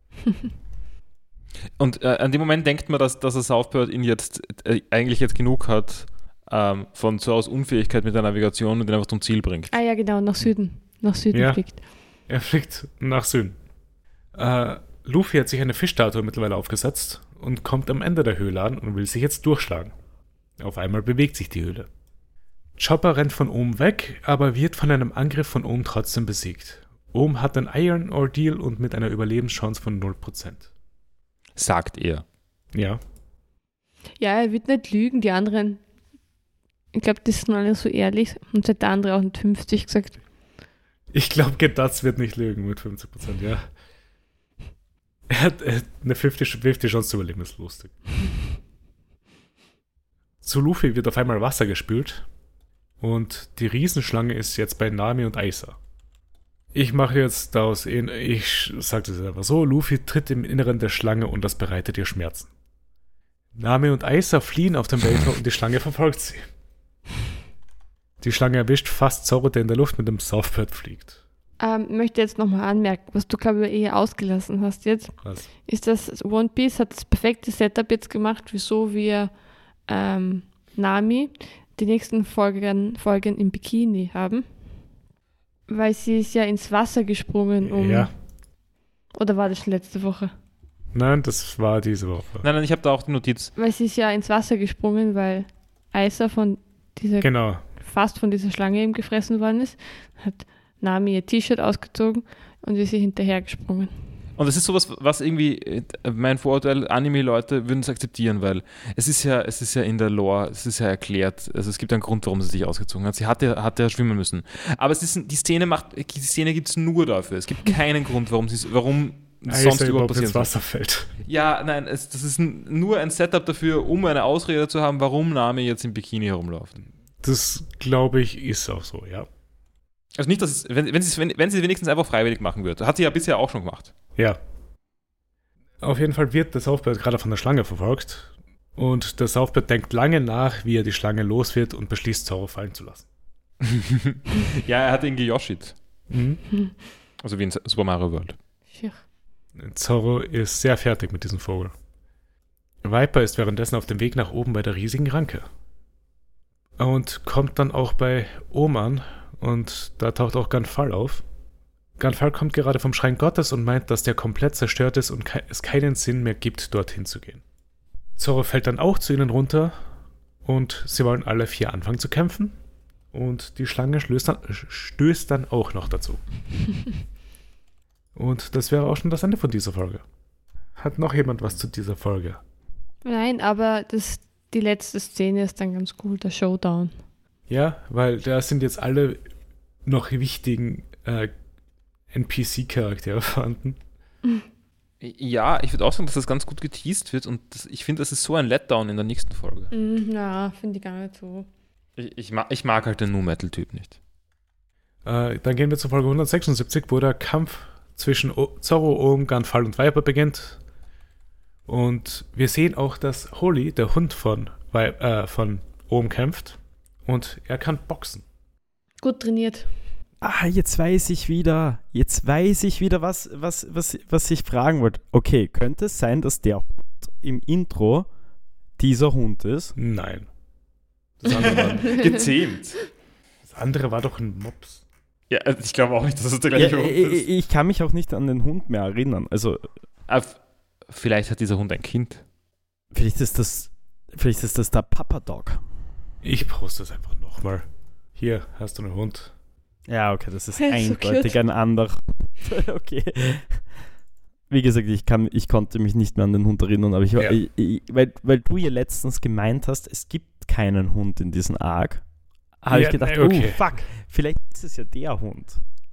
Und äh, an dem Moment denkt man, dass, dass der Southbird ihn jetzt äh, eigentlich jetzt genug hat ähm, von Zoros Unfähigkeit mit der Navigation und ihn einfach zum Ziel bringt. Ah ja, genau, nach Süden. Nach Süden Ja. fliegt. Er fliegt nach Süden. Äh, Luffy hat sich eine Fischstatue mittlerweile aufgesetzt und kommt am Ende der Höhle an und will sich jetzt durchschlagen. Auf einmal bewegt sich die Höhle. Chopper rennt von oben weg, aber wird von einem Angriff von oben trotzdem besiegt. Ohm hat ein Iron Ordeal und mit einer Überlebenschance von null Prozent. Sagt er. Ja. Ja, er wird nicht lügen, die anderen. Ich glaube, die sind alle so ehrlich. Und hat der andere auch mit fünfzig gesagt. Ich glaube, Gedatz wird nicht lügen mit fünfzig Prozent, ja. Er hat, er hat eine fünfzig fünfzig Chance zu überleben, ist lustig. Zu Luffy wird auf einmal Wasser gespült und die Riesenschlange ist jetzt bei Nami und Aisa. Ich mache jetzt daraus, in, ich sage das einfach so, Luffy tritt im Inneren der Schlange und das bereitet ihr Schmerzen. Nami und Aisa fliehen auf den Weltraum und die Schlange verfolgt sie. Die Schlange erwischt fast Zoro, der in der Luft mit dem Southbird fliegt. Ähm, ich möchte jetzt nochmal anmerken, was du, glaube ich, eher ausgelassen hast jetzt, Was? ist, dass One Piece hat das perfekte Setup jetzt gemacht, wieso wir ähm, Nami die nächsten Folgen, Folgen im Bikini haben. Weil sie ist ja ins Wasser gesprungen, um... Ja. Oder war das schon letzte Woche? Nein, das war diese Woche. Nein, nein, ich habe da auch die Notiz. Weil sie ist ja ins Wasser gesprungen, weil Aisa von dieser, Genau. fast von dieser Schlange eben gefressen worden ist, hat Nami ihr T-Shirt ausgezogen und ist sie hinterher gesprungen. Und das ist sowas, was irgendwie, äh, mein Vorurteil, Anime-Leute würden es akzeptieren, weil es ist ja, es ist ja in der Lore, es ist ja erklärt, also es gibt einen Grund, warum sie sich ausgezogen hat. Sie hatte, hatte ja schwimmen müssen. Aber es ist, die Szene macht, die Szene gibt es nur dafür. Es gibt keinen Grund, warum sie warum Aisa sonst überhaupt passieren ins soll. Wasser fällt. Ja, nein, es, das ist n- nur ein Setup dafür, um eine Ausrede zu haben, warum Nami jetzt im Bikini herumläuft. Das, glaube ich, ist auch so, ja. Also nicht, dass es, wenn, wenn, sie es, wenn, wenn sie es wenigstens einfach freiwillig machen würde. Hat sie ja bisher auch schon gemacht. Ja. Auf jeden Fall wird der Southbird gerade von der Schlange verfolgt und der Southbird denkt lange nach, wie er die Schlange los wird und beschließt, Zoro fallen zu lassen. Ja, er hat ihn gejoshit. Mhm. Also wie in Super Mario World. Schier. Zoro ist sehr fertig mit diesem Vogel. Viper ist währenddessen auf dem Weg nach oben bei der riesigen Ranke. Und kommt dann auch bei Ohm an und da taucht auch Ganfal auf. Ganfal kommt gerade vom Schrein Gottes und meint, dass der komplett zerstört ist und ke- es keinen Sinn mehr gibt, dorthin zu gehen. Zoro fällt dann auch zu ihnen runter und sie wollen alle vier anfangen zu kämpfen und die Schlange stößt dann, stößt dann auch noch dazu. Und das wäre auch schon das Ende von dieser Folge. Hat noch jemand was zu dieser Folge? Nein, aber das, die letzte Szene ist dann ganz cool, der Showdown. Ja, weil da sind jetzt alle noch wichtigen äh, N P C-Charaktere vorhanden. Ja, ich würde auch sagen, dass das ganz gut geteased wird und das, ich finde, das ist so ein Letdown in der nächsten Folge. Mhm, ja, finde ich gar nicht so. Ich, ich, mag, ich mag halt den Nu-Metal-Typ nicht. Äh, dann gehen wir zur Folge hundertsechsundsiebzig, wo der Kampf zwischen o- Zoro, Ohm, Ganfal und Viper beginnt. Und wir sehen auch, dass Holy, der Hund von, Vi- äh, von Ohm, kämpft. Und er kann boxen. Gut trainiert. Ah, jetzt weiß ich wieder. Jetzt weiß ich wieder, was, was, was, was ich fragen wollte. Okay, könnte es sein, dass der Hund im Intro dieser Hund ist? Nein. Das andere war, Gezähmt. das andere war doch ein Mops. Ja, also ich glaube auch nicht, dass es der Ja, gleiche Hund ich, ist. ich kann mich auch nicht an den Hund mehr erinnern. Also, Ah, f- vielleicht hat dieser Hund ein Kind. vielleicht ist das, vielleicht ist das der Papa Dog. Ich poste es einfach nochmal. Hier, hast du einen Hund. Ja, okay, das ist So eindeutig cute. ein anderer. Okay. Wie gesagt, ich, kann, ich konnte mich nicht mehr an den Hund erinnern, aber ich, Ja. ich, ich weil, weil du ja letztens gemeint hast, es gibt keinen Hund in diesem Arc, habe Ja, ich gedacht, nee, okay. oh fuck, vielleicht ist es ja der Hund.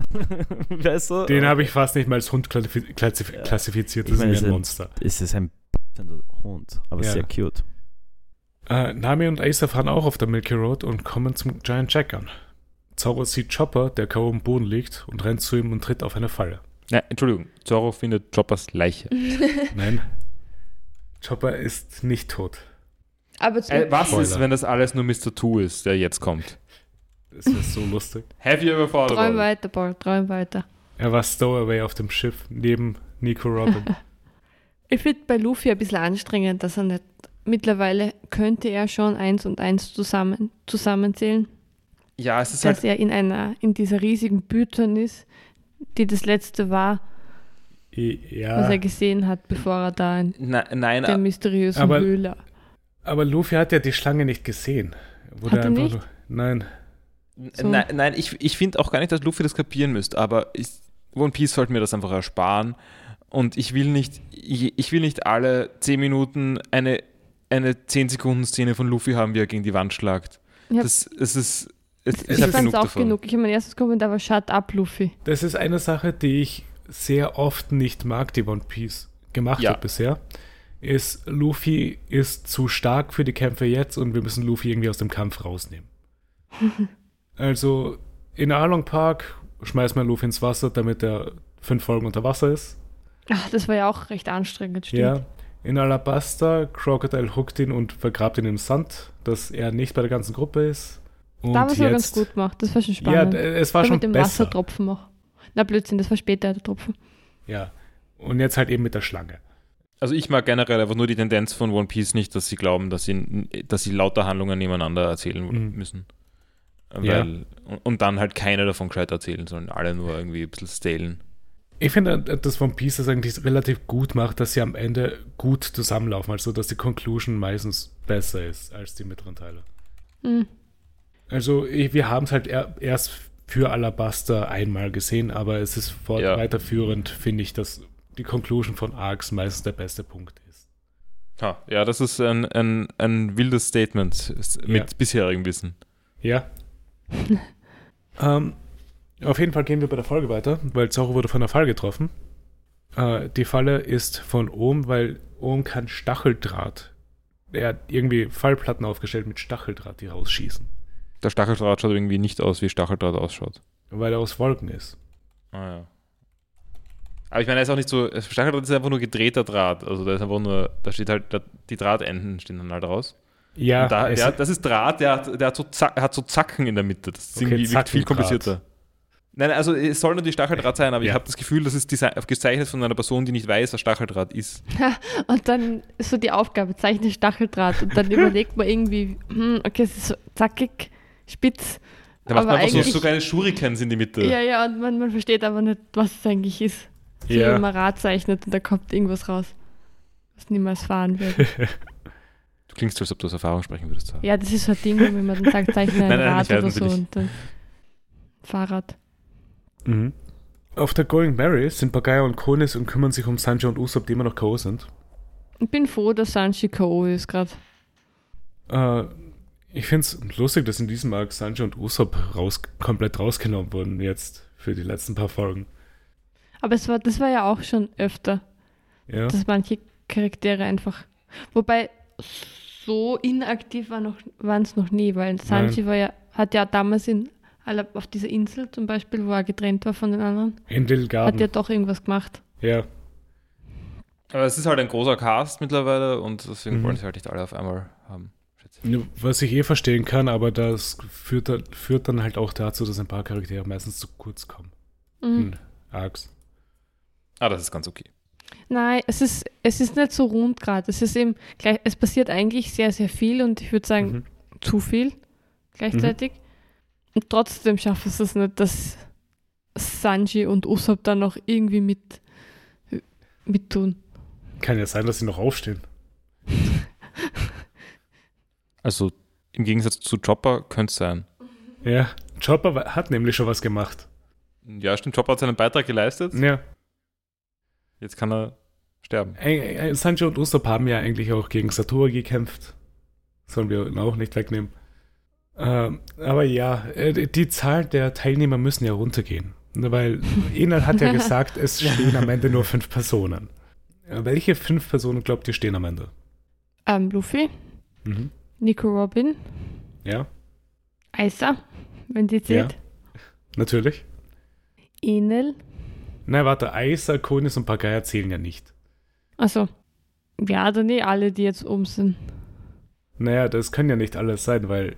Weißt du? Den habe ich fast nicht mal als Hund klassif- klassif- Ja. klassifiziert. Ich Das meine, ist es ein ist ein- Monster. Es ist ein Hund, aber Ja. sehr cute. Äh, Nami und Acer fahren auch auf der Milky Road und kommen zum Giant Jack an. Zorro sieht Chopper, der K O am Boden liegt, und rennt zu ihm und tritt auf eine Falle. Nein, Entschuldigung, Zorro findet Choppers Leiche. Nein, Chopper ist nicht tot. Aber zu, Äh, was Spoiler. ist, wenn das alles nur Mister Two ist, der jetzt kommt? Das ist so lustig. Have you ever thought träum about it? weiter, Paul, träum weiter. Er war Stowaway auf dem Schiff neben Nico Robin. Ich finde bei Luffy ein bisschen anstrengend, dass er nicht. Mittlerweile könnte er schon eins und eins zusammen, zusammenzählen, Ja, es ist dass halt. er in einer, in dieser riesigen Büternis, die das letzte war, I- was ja, er gesehen hat, bevor er da in Na, nein, der mysteriösen aber- Höhle. aber Luffy hat ja die Schlange nicht gesehen. Wo Hat der er einfach nicht? nur- Nein, So. nein, nein, ich, ich finde auch gar nicht, dass Luffy das kapieren müsste, aber ich, One Piece sollte mir das einfach ersparen. Und ich will nicht, ich, ich will nicht alle zehn Minuten eine, eine zehn Sekunden Szene von Luffy haben, wie er gegen die Wand schlagt. Ja. Das, es ist, es, Ich ich habe fand genug es auch davon. genug. Ich habe mein erstes Kommentar war Shut up, Luffy. das ist eine Sache, die ich sehr oft nicht mag, die One Piece gemacht Ja. hat bisher. Ist, Luffy ist zu stark für die Kämpfe jetzt und wir müssen Luffy irgendwie aus dem Kampf rausnehmen. Also in Arlong Park schmeißt man Luffy ins Wasser, damit er fünf Folgen unter Wasser ist. Ach, das war ja auch recht anstrengend, stimmt. Ja. In Alabasta, Crocodile hookt ihn und vergrabt ihn im Sand, dass er nicht bei der ganzen Gruppe ist. Und Da war es aber ganz jetzt, gut gemacht. Das war schon ja, spannend. d- es war Da schon mit dem besser. Wassertropfen noch. Na, Blödsinn, das war später der Tropfen. Ja. Und jetzt halt eben mit der Schlange. Also ich mag generell einfach nur die Tendenz von One Piece nicht, dass sie glauben, dass sie, dass sie lauter Handlungen nebeneinander erzählen Mhm. müssen. Ja. Weil, und, und dann halt keine davon gescheit erzählen, sondern alle nur irgendwie ein bisschen stehlen. Ich finde, dass One Piece das eigentlich relativ gut macht, dass sie am Ende gut zusammenlaufen. Also, dass die Conclusion meistens besser ist als die mittleren Teile. Hm. Also, ich, wir haben es halt er, erst für Alabasta einmal gesehen, aber es ist fort Ja. weiterführend, finde ich, dass die Conclusion von Arcs meistens der beste Punkt ist. Ha, ja, das ist ein, ein, ein wildes Statement mit Ja. bisherigem Wissen. Ja. ähm, auf jeden Fall gehen wir bei der Folge weiter, weil Zorro wurde von einer Falle getroffen. Äh, die Falle ist von Ohm, weil Ohm kann Stacheldraht. Er hat irgendwie Fallplatten aufgestellt mit Stacheldraht, die rausschießen. Der Stacheldraht schaut irgendwie nicht aus, wie Stacheldraht ausschaut. Weil er aus Wolken ist. Ah ja. Aber ich meine, er ist auch nicht so, Stacheldraht ist einfach nur gedrehter Draht. Also da ist einfach nur, da steht halt, da, die Drahtenden stehen dann halt raus. Ja, Und da, es, der, das ist Draht, der hat, der hat, so Zack, hat so Zacken in der Mitte. Das ist Okay, irgendwie wirkt viel Zackendraht. komplizierter. Nein, also es soll nur die Stacheldraht sein, aber ich Ja. habe das Gefühl, das ist desi- gezeichnet von einer Person, die nicht weiß, was Stacheldraht ist. Und dann ist so die Aufgabe, zeichne Stacheldraht. Und dann überlegt man irgendwie, hm, okay, es ist so zackig, spitz. Da macht Aber man einfach so, eigentlich- so kleine Shurikens in die Mitte. Ja, ja, und man, man versteht aber nicht, was es eigentlich ist. So Ja. wie man Rad zeichnet und da kommt irgendwas raus, was niemals fahren wird. Du klingst, als ob du aus Erfahrung sprechen würdest. Ja, das ist so ein Ding, wenn man dann sagt, zeichne ein Nein, nein, Rad ich weiß oder so natürlich. und dann Fahrrad. Mhm. Auf der Going Merry sind Pagaya und Konis und kümmern sich um Sanji und Usopp, die immer noch K O sind. Ich bin froh, dass Sanji K O ist gerade. Äh, ich finde es lustig, dass in diesem Arc Sanji und Usopp raus, komplett rausgenommen wurden jetzt für die letzten paar Folgen. Aber es war, das war ja auch schon öfter, Ja. dass manche Charaktere einfach. Wobei so inaktiv war noch, waren es noch nie, weil Sanji war ja, hat ja damals in, alle- auf dieser Insel zum Beispiel, wo er getrennt war von den anderen, In Little hat Garden. er doch irgendwas gemacht. Ja. Aber es ist halt ein großer Cast mittlerweile und deswegen Mhm. wollen sie halt nicht alle auf einmal haben. schätze ich. Was ich eh verstehen kann, aber das führt, da- führt dann halt auch dazu, dass ein paar Charaktere meistens zu kurz kommen. Mhm. In Arcs. Ah, das ist ganz okay. Nein, es ist, es ist nicht so rund gerade. Es ist eben gleich, es passiert eigentlich sehr, sehr viel und ich würde sagen, Mhm. zu viel gleichzeitig. Und trotzdem schaffen sie es nicht, dass Sanji und Usopp dann noch irgendwie mit, mit tun. Kann ja sein, dass sie noch aufstehen. Also im Gegensatz zu Chopper könnte es sein. Ja. Chopper wa- hat nämlich schon was gemacht. Ja, stimmt, Chopper hat seinen Beitrag geleistet. Ja. Jetzt kann er sterben. Ey, ey, Sanji und Usopp haben ja eigentlich auch gegen Satori gekämpft. Sollen wir ihn auch nicht wegnehmen. Ähm, aber ja, äh, die Zahl der Teilnehmer müssen ja runtergehen. Weil Enel hat ja gesagt, es stehen am Ende nur fünf Personen. Welche fünf Personen glaubt ihr stehen am Ende? Ähm, Luffy, Mhm. Nico Robin, Ja, Aiza, wenn die zählt, natürlich. Enel, Nein, warte, Aiza, Konis und Pagaya zählen ja nicht. also ja, dann eh alle, die jetzt um sind. Naja, das können ja nicht alles sein, weil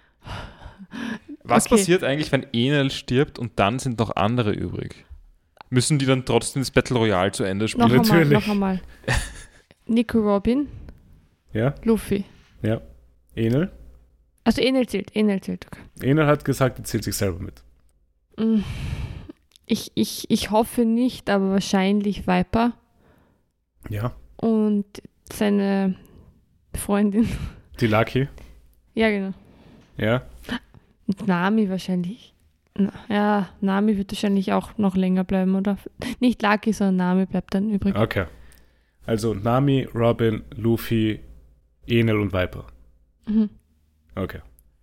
Was Okay. passiert eigentlich, wenn Enel stirbt und dann sind noch andere übrig? Müssen die dann trotzdem das Battle Royale zu Ende Noch spielen? einmal, Natürlich. noch einmal. Nico Robin, ja, Luffy. ja. Enel? Also Enel zählt, Enel zählt, okay. Enel hat gesagt, er zählt sich selber mit. Mm, Ich, ich, ich hoffe nicht, aber wahrscheinlich Viper Ja. und seine Freundin. Die Lucky? Ja, genau. Ja. Und Nami wahrscheinlich. Na, ja, Nami wird wahrscheinlich auch noch länger bleiben, oder? Nicht Lucky, sondern Nami bleibt dann übrig. Okay. Also Nami, Robin, Luffy, Enel und Viper. Mhm. Okay.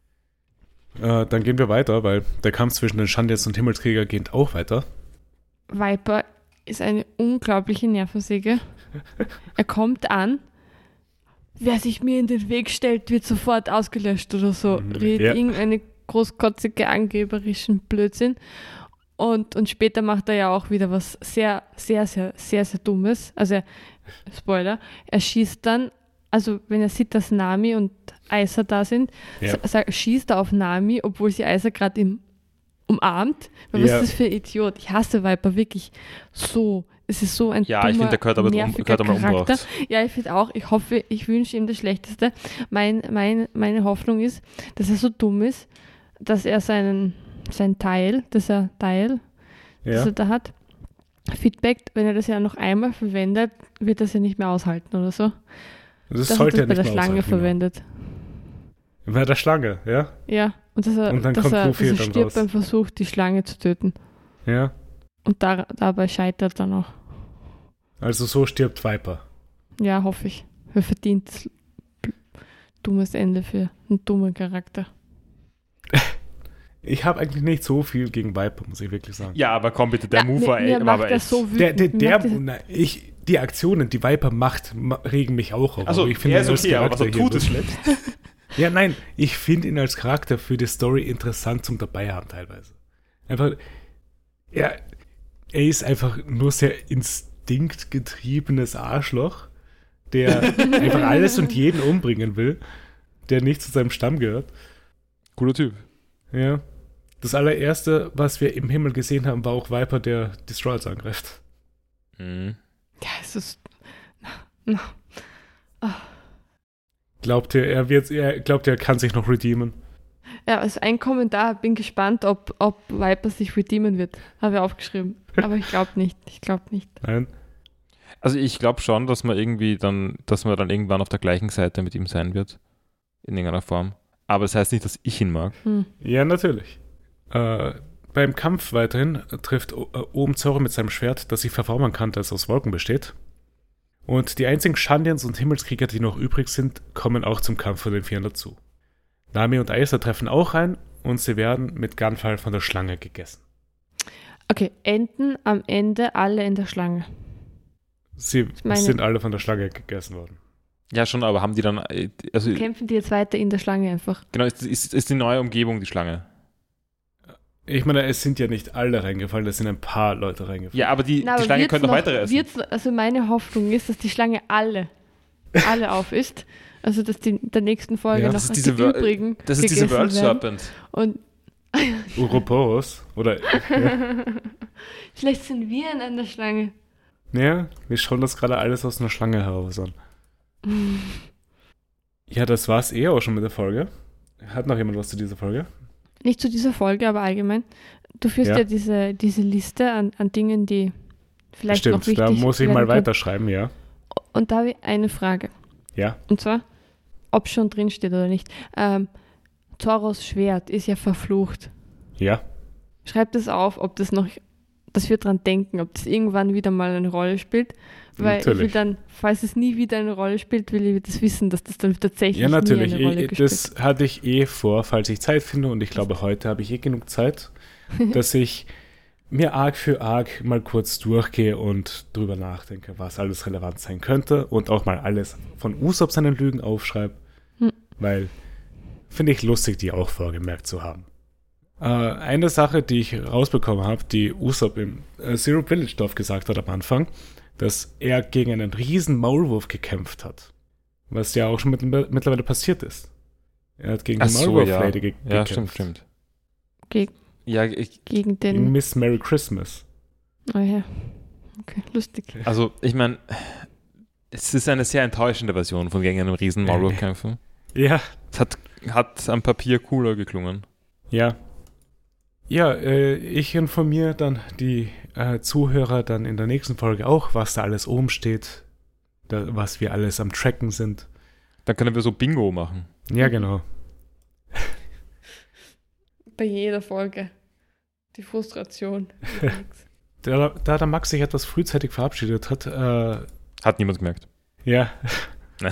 Äh, dann gehen wir weiter, weil der Kampf zwischen den Shandians und Himmelskrieger geht auch weiter. Viper ist eine unglaubliche Nervensäge. Er kommt an, wer sich mir in den Weg stellt, wird sofort ausgelöscht oder so. Mhm, Redet ja. irgendeine großkotzige, angeberischen Blödsinn. Und, und später macht er ja auch wieder was sehr, sehr, sehr, sehr, sehr Dummes. Also, er, Spoiler, er schießt dann, also wenn er sieht, dass Nami und Aiza da sind, Ja. sa- sa- schießt er auf Nami, obwohl sie Aiza gerade im umarmt. Weil Was Ja. ist das für ein Idiot? Ich hasse Viper wirklich so. Es ist so ein Ja, dummer, ich finde, der gehört aber um, nerviger gehört einmal Charakter. umgebracht. Ja, ich finde auch, ich hoffe, ich wünsche ihm das Schlechteste. Mein, mein, meine Hoffnung ist, dass er so dumm ist, dass er seinen, sein Teil, das er Teil, das Ja. er da hat, Feedback, wenn er das ja noch einmal verwendet, wird er es ja nicht mehr aushalten oder so. Das Dass sollte er er das bei nicht der mehr Schlange aushalten, verwendet. ja. Bei der Schlange, ja? Ja, und dass er, Und dann dass kommt er, dass Luffy er dann stirbt raus. beim Versuch, die Schlange zu töten. Ja. Und da, dabei scheitert er noch. Also so stirbt Viper. Ja, hoffe ich. Er verdient das dummes Ende für einen dummen Charakter. Ich habe eigentlich nicht so viel gegen Viper, muss ich wirklich sagen. Ja, aber komm bitte, der Ja, Move mir, war, mir ey, war macht aber er echt. so wütend. Der, der, Mir der, macht das- na, ich, die Aktionen, die Viper macht, ma- regen mich auch auf. Also, aber ich finde er ihn ist als okay, aber was er Charakter tut, hier ist wirklich- schlecht. Ja, nein, ich finde ihn als Charakter für die Story interessant zum dabei haben teilweise. Einfach, er, er ist einfach nur sehr instinktgetriebenes Arschloch, der einfach alles und jeden umbringen will, der nicht zu seinem Stamm gehört. Cooler Typ. Ja. Das allererste, was wir im Himmel gesehen haben, war auch Viper, der Destroyers angreift. Mhm. Ja, es ist. Na, na. Glaubt ihr, er wird, er glaubt, er kann sich noch redeemen? Ja, also ein Kommentar, bin gespannt, ob, ob Viper sich redeemen wird. Habe ich aufgeschrieben. Aber ich glaube nicht. Ich glaube nicht. Nein. Also ich glaube schon, dass man irgendwie dann, dass man dann irgendwann auf der gleichen Seite mit ihm sein wird. In irgendeiner Form. Aber das heißt nicht, dass ich ihn mag. Hm. Ja, natürlich. Äh, beim Kampf weiterhin trifft o- äh, oben Zoro mit seinem Schwert, das sich verformen kann, das aus Wolken besteht. Und die einzigen Shandians und Himmelskrieger, die noch übrig sind, kommen auch zum Kampf von den Vieren dazu. Nami und Aiza treffen auch ein und sie werden mit Gunfire von der Schlange gegessen. Okay, enden am Ende alle in der Schlange. Sie meine- sind alle von der Schlange gegessen worden. Ja, schon, aber haben die dann, äh, also Kämpfen die jetzt weiter in der Schlange einfach. genau, ist, ist, ist die neue Umgebung die Schlange. Ich meine, es sind ja nicht alle reingefallen, es sind ein paar Leute reingefallen. Ja, aber die, Na, die aber Schlange wird's könnte noch noch- weitere essen. wird's noch- Also meine Hoffnung ist, dass die Schlange alle, alle auf ist. Also dass die in der nächsten Folge Ja, noch das ist die diese Wor- übrigen Das ist diese gegessen World werden. Serpent. Und Ouroboros, oder? vielleicht sind wir in einer Schlange. Ja, wir schauen das gerade alles aus einer Schlange heraus an. Ja, das war's eh auch schon mit der Folge. Hat noch jemand was zu dieser Folge? Nicht zu dieser Folge, aber allgemein. Du führst ja, Ja. diese, diese Liste an, an Dingen, die vielleicht noch Stimmt, wichtig da muss ich werden mal könnten. weiterschreiben, ja. Und da habe ich eine Frage. Ja, Und zwar, ob schon drin steht oder nicht. Ähm, Zoros Schwert ist ja verflucht. ja. Schreib das auf, ob das noch, dass wir dran denken, ob das irgendwann wieder mal eine Rolle spielt. Weil ich will Natürlich. dann, falls es nie wieder eine Rolle spielt, will ich das wissen, dass das dann tatsächlich Ja, natürlich. nie eine Rolle Ich, gespielt das hatte ich eh vor, falls ich Zeit finde und ich glaube, heute habe ich eh genug Zeit, dass ich mir Arc für Arc mal kurz durchgehe und drüber nachdenke, was alles relevant sein könnte und auch mal alles von Usopp seinen Lügen aufschreibe, Hm. weil finde ich lustig, die auch vorgemerkt zu haben. Äh, eine Sache, die ich rausbekommen habe, die Usopp im äh, Zero Village Dorf gesagt hat am Anfang, dass er gegen einen riesen Maulwurf gekämpft hat. Was ja auch schon mit, mittlerweile passiert ist. Er hat gegen Ach die so, Maulwurf ja. Lady ge Ja, gekämpft. stimmt, stimmt. Ge Ja, ich, gegen Gegen den. Miss Merry Christmas. Oh ja. Okay, lustig. also ich meine, es ist eine sehr enttäuschende Version von gegen einen riesen Maulwurf kämpfen. Ja, Es hat, hat am Papier cooler geklungen. ja. Ja, äh, ich informiere dann die äh, Zuhörer dann in der nächsten Folge auch, was da alles oben steht, da, was wir alles am Tracken sind. Dann können wir so Bingo machen. Ja, genau. Bei jeder Folge. Die Frustration. Da, da der Max sich etwas frühzeitig verabschiedet hat, äh, Hat niemand gemerkt. ja. Nein.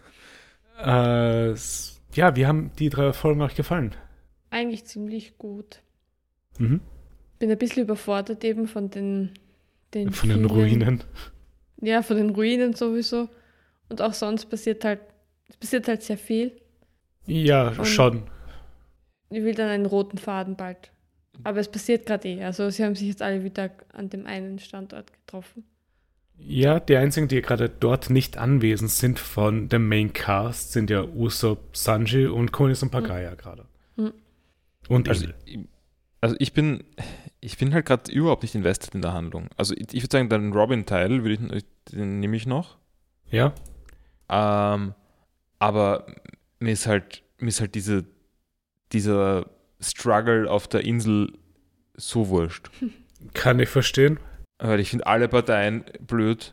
äh, s- ja, wie haben die drei Folgen euch gefallen? Eigentlich ziemlich gut. Mhm. Bin ein bisschen überfordert eben von den, den Von den vielen- Ruinen. Ja, von den Ruinen sowieso. Und auch sonst passiert halt, es passiert halt sehr viel. Ja, Und- schon. Ich will dann einen roten Faden bald. Aber es passiert gerade eh. Also sie haben sich jetzt alle wieder an dem einen Standort getroffen. Ja, die einzigen, die gerade dort nicht anwesend sind von dem Main Cast, sind ja Usopp, Sanji und Konis und Pagaya gerade. Mhm. Und Also, Emil. ich- also ich bin ich bin halt gerade überhaupt nicht invested in der Handlung. Also ich, ich würde sagen, den Robin-Teil würde ich, den nehme ich noch. Ja, Ähm, aber mir ist halt, mir ist halt diese, dieser Struggle auf der Insel so wurscht. kann ich verstehen. Weil ich finde alle Parteien blöd.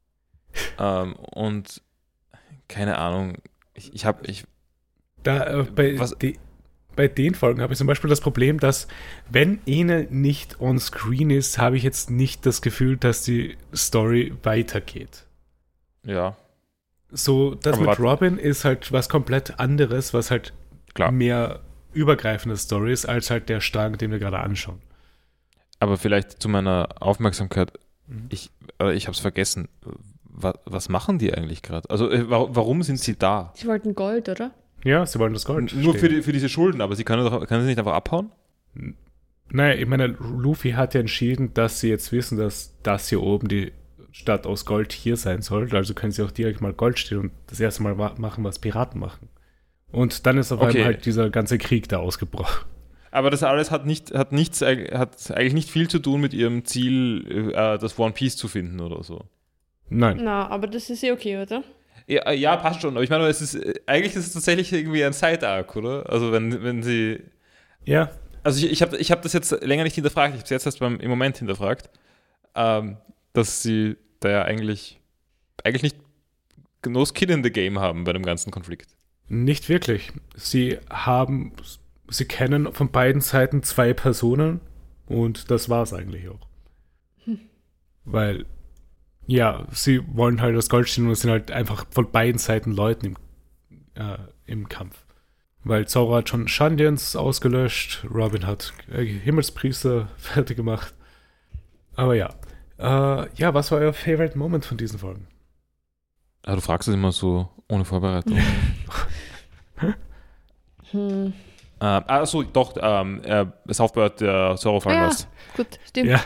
ähm, und keine Ahnung. Ich, ich habe, ich, Da, äh, bei, Was- die, bei den Folgen habe ich zum Beispiel das Problem, dass wenn Ene nicht on screen ist, habe ich jetzt nicht das Gefühl, dass die Story weitergeht. ja, So, das Aber mit warte. Robin ist halt was komplett anderes, was halt klar. mehr übergreifende Story ist, als halt der Strang, den wir gerade anschauen. Aber vielleicht zu meiner Aufmerksamkeit, Mhm. ich, äh, ich habe es vergessen. Was, was machen die eigentlich gerade? Also äh, wa- warum sind sie da? Sie wollten Gold, oder? Ja, sie wollen das Gold. Nur für, stehlen. die, für diese Schulden, aber sie können, doch, können sie nicht einfach abhauen? Naja, ich meine, Luffy hat ja entschieden, dass sie jetzt wissen, dass das hier oben die Stadt aus Gold hier sein soll. Also können sie auch direkt mal Gold stehlen und das erste Mal wa- machen, was Piraten machen. Und dann ist auf Okay. einmal halt dieser ganze Krieg da ausgebrochen. Aber das alles hat, nicht, hat, nichts, eig- hat eigentlich nicht viel zu tun mit ihrem Ziel, äh, das One Piece zu finden oder so. Nein. Na, aber das ist eh okay, oder? Ja, äh, ja, passt schon. Aber ich meine, es ist, äh, eigentlich ist es tatsächlich irgendwie ein Side-Arc, oder? Also wenn, wenn sie... Ja, Also ich, ich habe ich hab das jetzt länger nicht hinterfragt. Ich habe es jetzt erst beim, im Moment hinterfragt. Ähm, dass sie da ja eigentlich, eigentlich nicht no skin in the game haben bei dem ganzen Konflikt. nicht wirklich. Sie haben, sie kennen von beiden Seiten zwei Personen und das war's eigentlich auch. Weil, ja, sie wollen halt das Gold stehlen und es sind halt einfach von beiden Seiten Leuten im, äh, im Kampf. Weil Zoro hat schon Shandians ausgelöscht, Robin hat äh, Himmelspriester fertig gemacht. Aber ja. Äh, ja, was war euer Favorite Moment von diesen Folgen? Ja, du fragst es immer so ohne Vorbereitung. Hm. ähm, also doch, ähm, äh, Southbird, der Zoro fallen Ja. lässt. Gut, stimmt. Ja,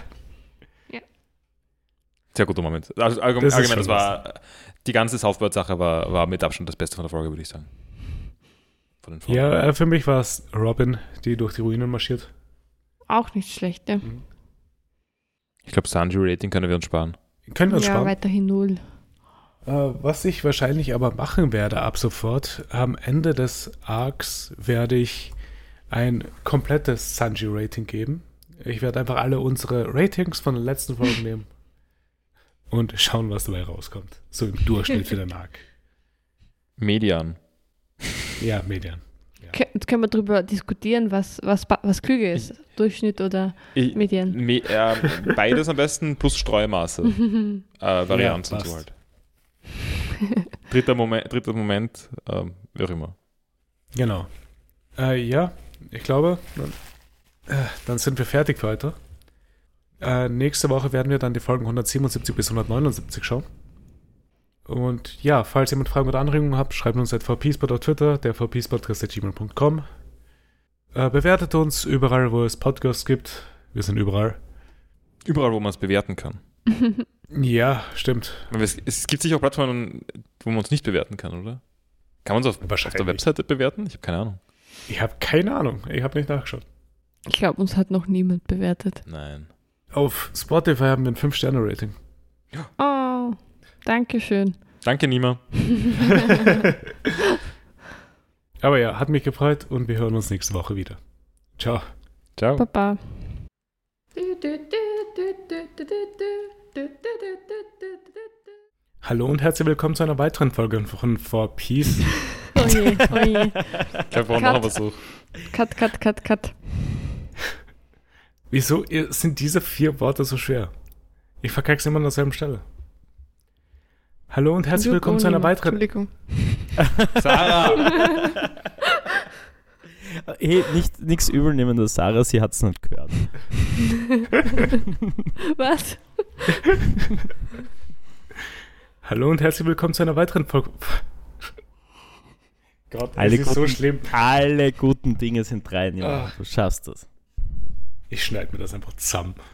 Sehr guter Moment. Also allgemein, Das ist allgemein schon das war, die ganze Southbird-Sache war, war mit Abstand das Beste von der Folge, würde ich sagen. Von den Folgen. ja äh, für mich war es Robin, die durch die Ruinen marschiert. Auch nicht schlecht, ja. Ich glaube, Sanji-Rating können wir uns sparen. Können wir uns Ja, sparen? weiterhin null. Äh, was ich wahrscheinlich aber machen werde ab sofort, am Ende des Arcs werde ich ein komplettes Sanji-Rating geben. Ich werde einfach alle unsere Ratings von den letzten Folgen nehmen und schauen, was dabei rauskommt. So im Durchschnitt für den Arc. Median. Ja, Median. K jetzt können wir darüber diskutieren, was, was, ba- was klüger ist. Durchschnitt oder Ich, Medien. Me, äh, beides am besten plus Streumaße. äh, Varianz Ja, und so passt. halt. Dritter Moment, dritter Moment ähm, wie auch immer. Genau. Äh, ja, ich glaube, dann, äh, dann sind wir fertig für heute. Äh, nächste Woche werden wir dann die Folgen hundertsiebenundsiebzig bis hundertneunundsiebzig schauen. Und ja, falls jemand Fragen oder Anregungen habt, schreibt uns at vpspot auf Twitter, der vpspodcast at gmail punkt com. Äh, bewertet uns überall, wo es Podcasts gibt. Wir sind überall. Überall, wo man es bewerten kann. Ja, stimmt. Aber es, es gibt sicher auch Plattformen, wo man uns nicht bewerten kann, oder? Kann man es auf, auf der Webseite bewerten? Ich habe keine Ahnung. Ich habe keine Ahnung. Ich habe nicht nachgeschaut. Ich glaube, uns hat noch niemand bewertet. Nein. Auf Spotify haben wir ein fünf Sterne Rating. Oh, danke schön. Danke, Nima. Aber ja, hat mich gefreut und wir hören uns nächste Woche wieder. Ciao. Ciao. Baba. Hallo und herzlich willkommen zu einer weiteren Folge von For Peace. Oh je, oh je. Ich glaube, wir brauchen noch einen Versuch. Cut, cut, cut, cut. Wieso sind diese vier Worte so schwer? Ich verkack's immer an derselben Stelle. Hallo und herzlich willkommen zu einer weiteren... Entschuldigung. Sarah! Hey, nicht, nichts übel nehmen der Sarah, sie hat's nicht gehört. Was? Hallo und herzlich willkommen zu einer weiteren Folge... Gott, Alle das ist so guten- schlimm. Alle guten Dinge sind drei. Ja, Ah. du schaffst das. Ich schneide mir das einfach zusammen.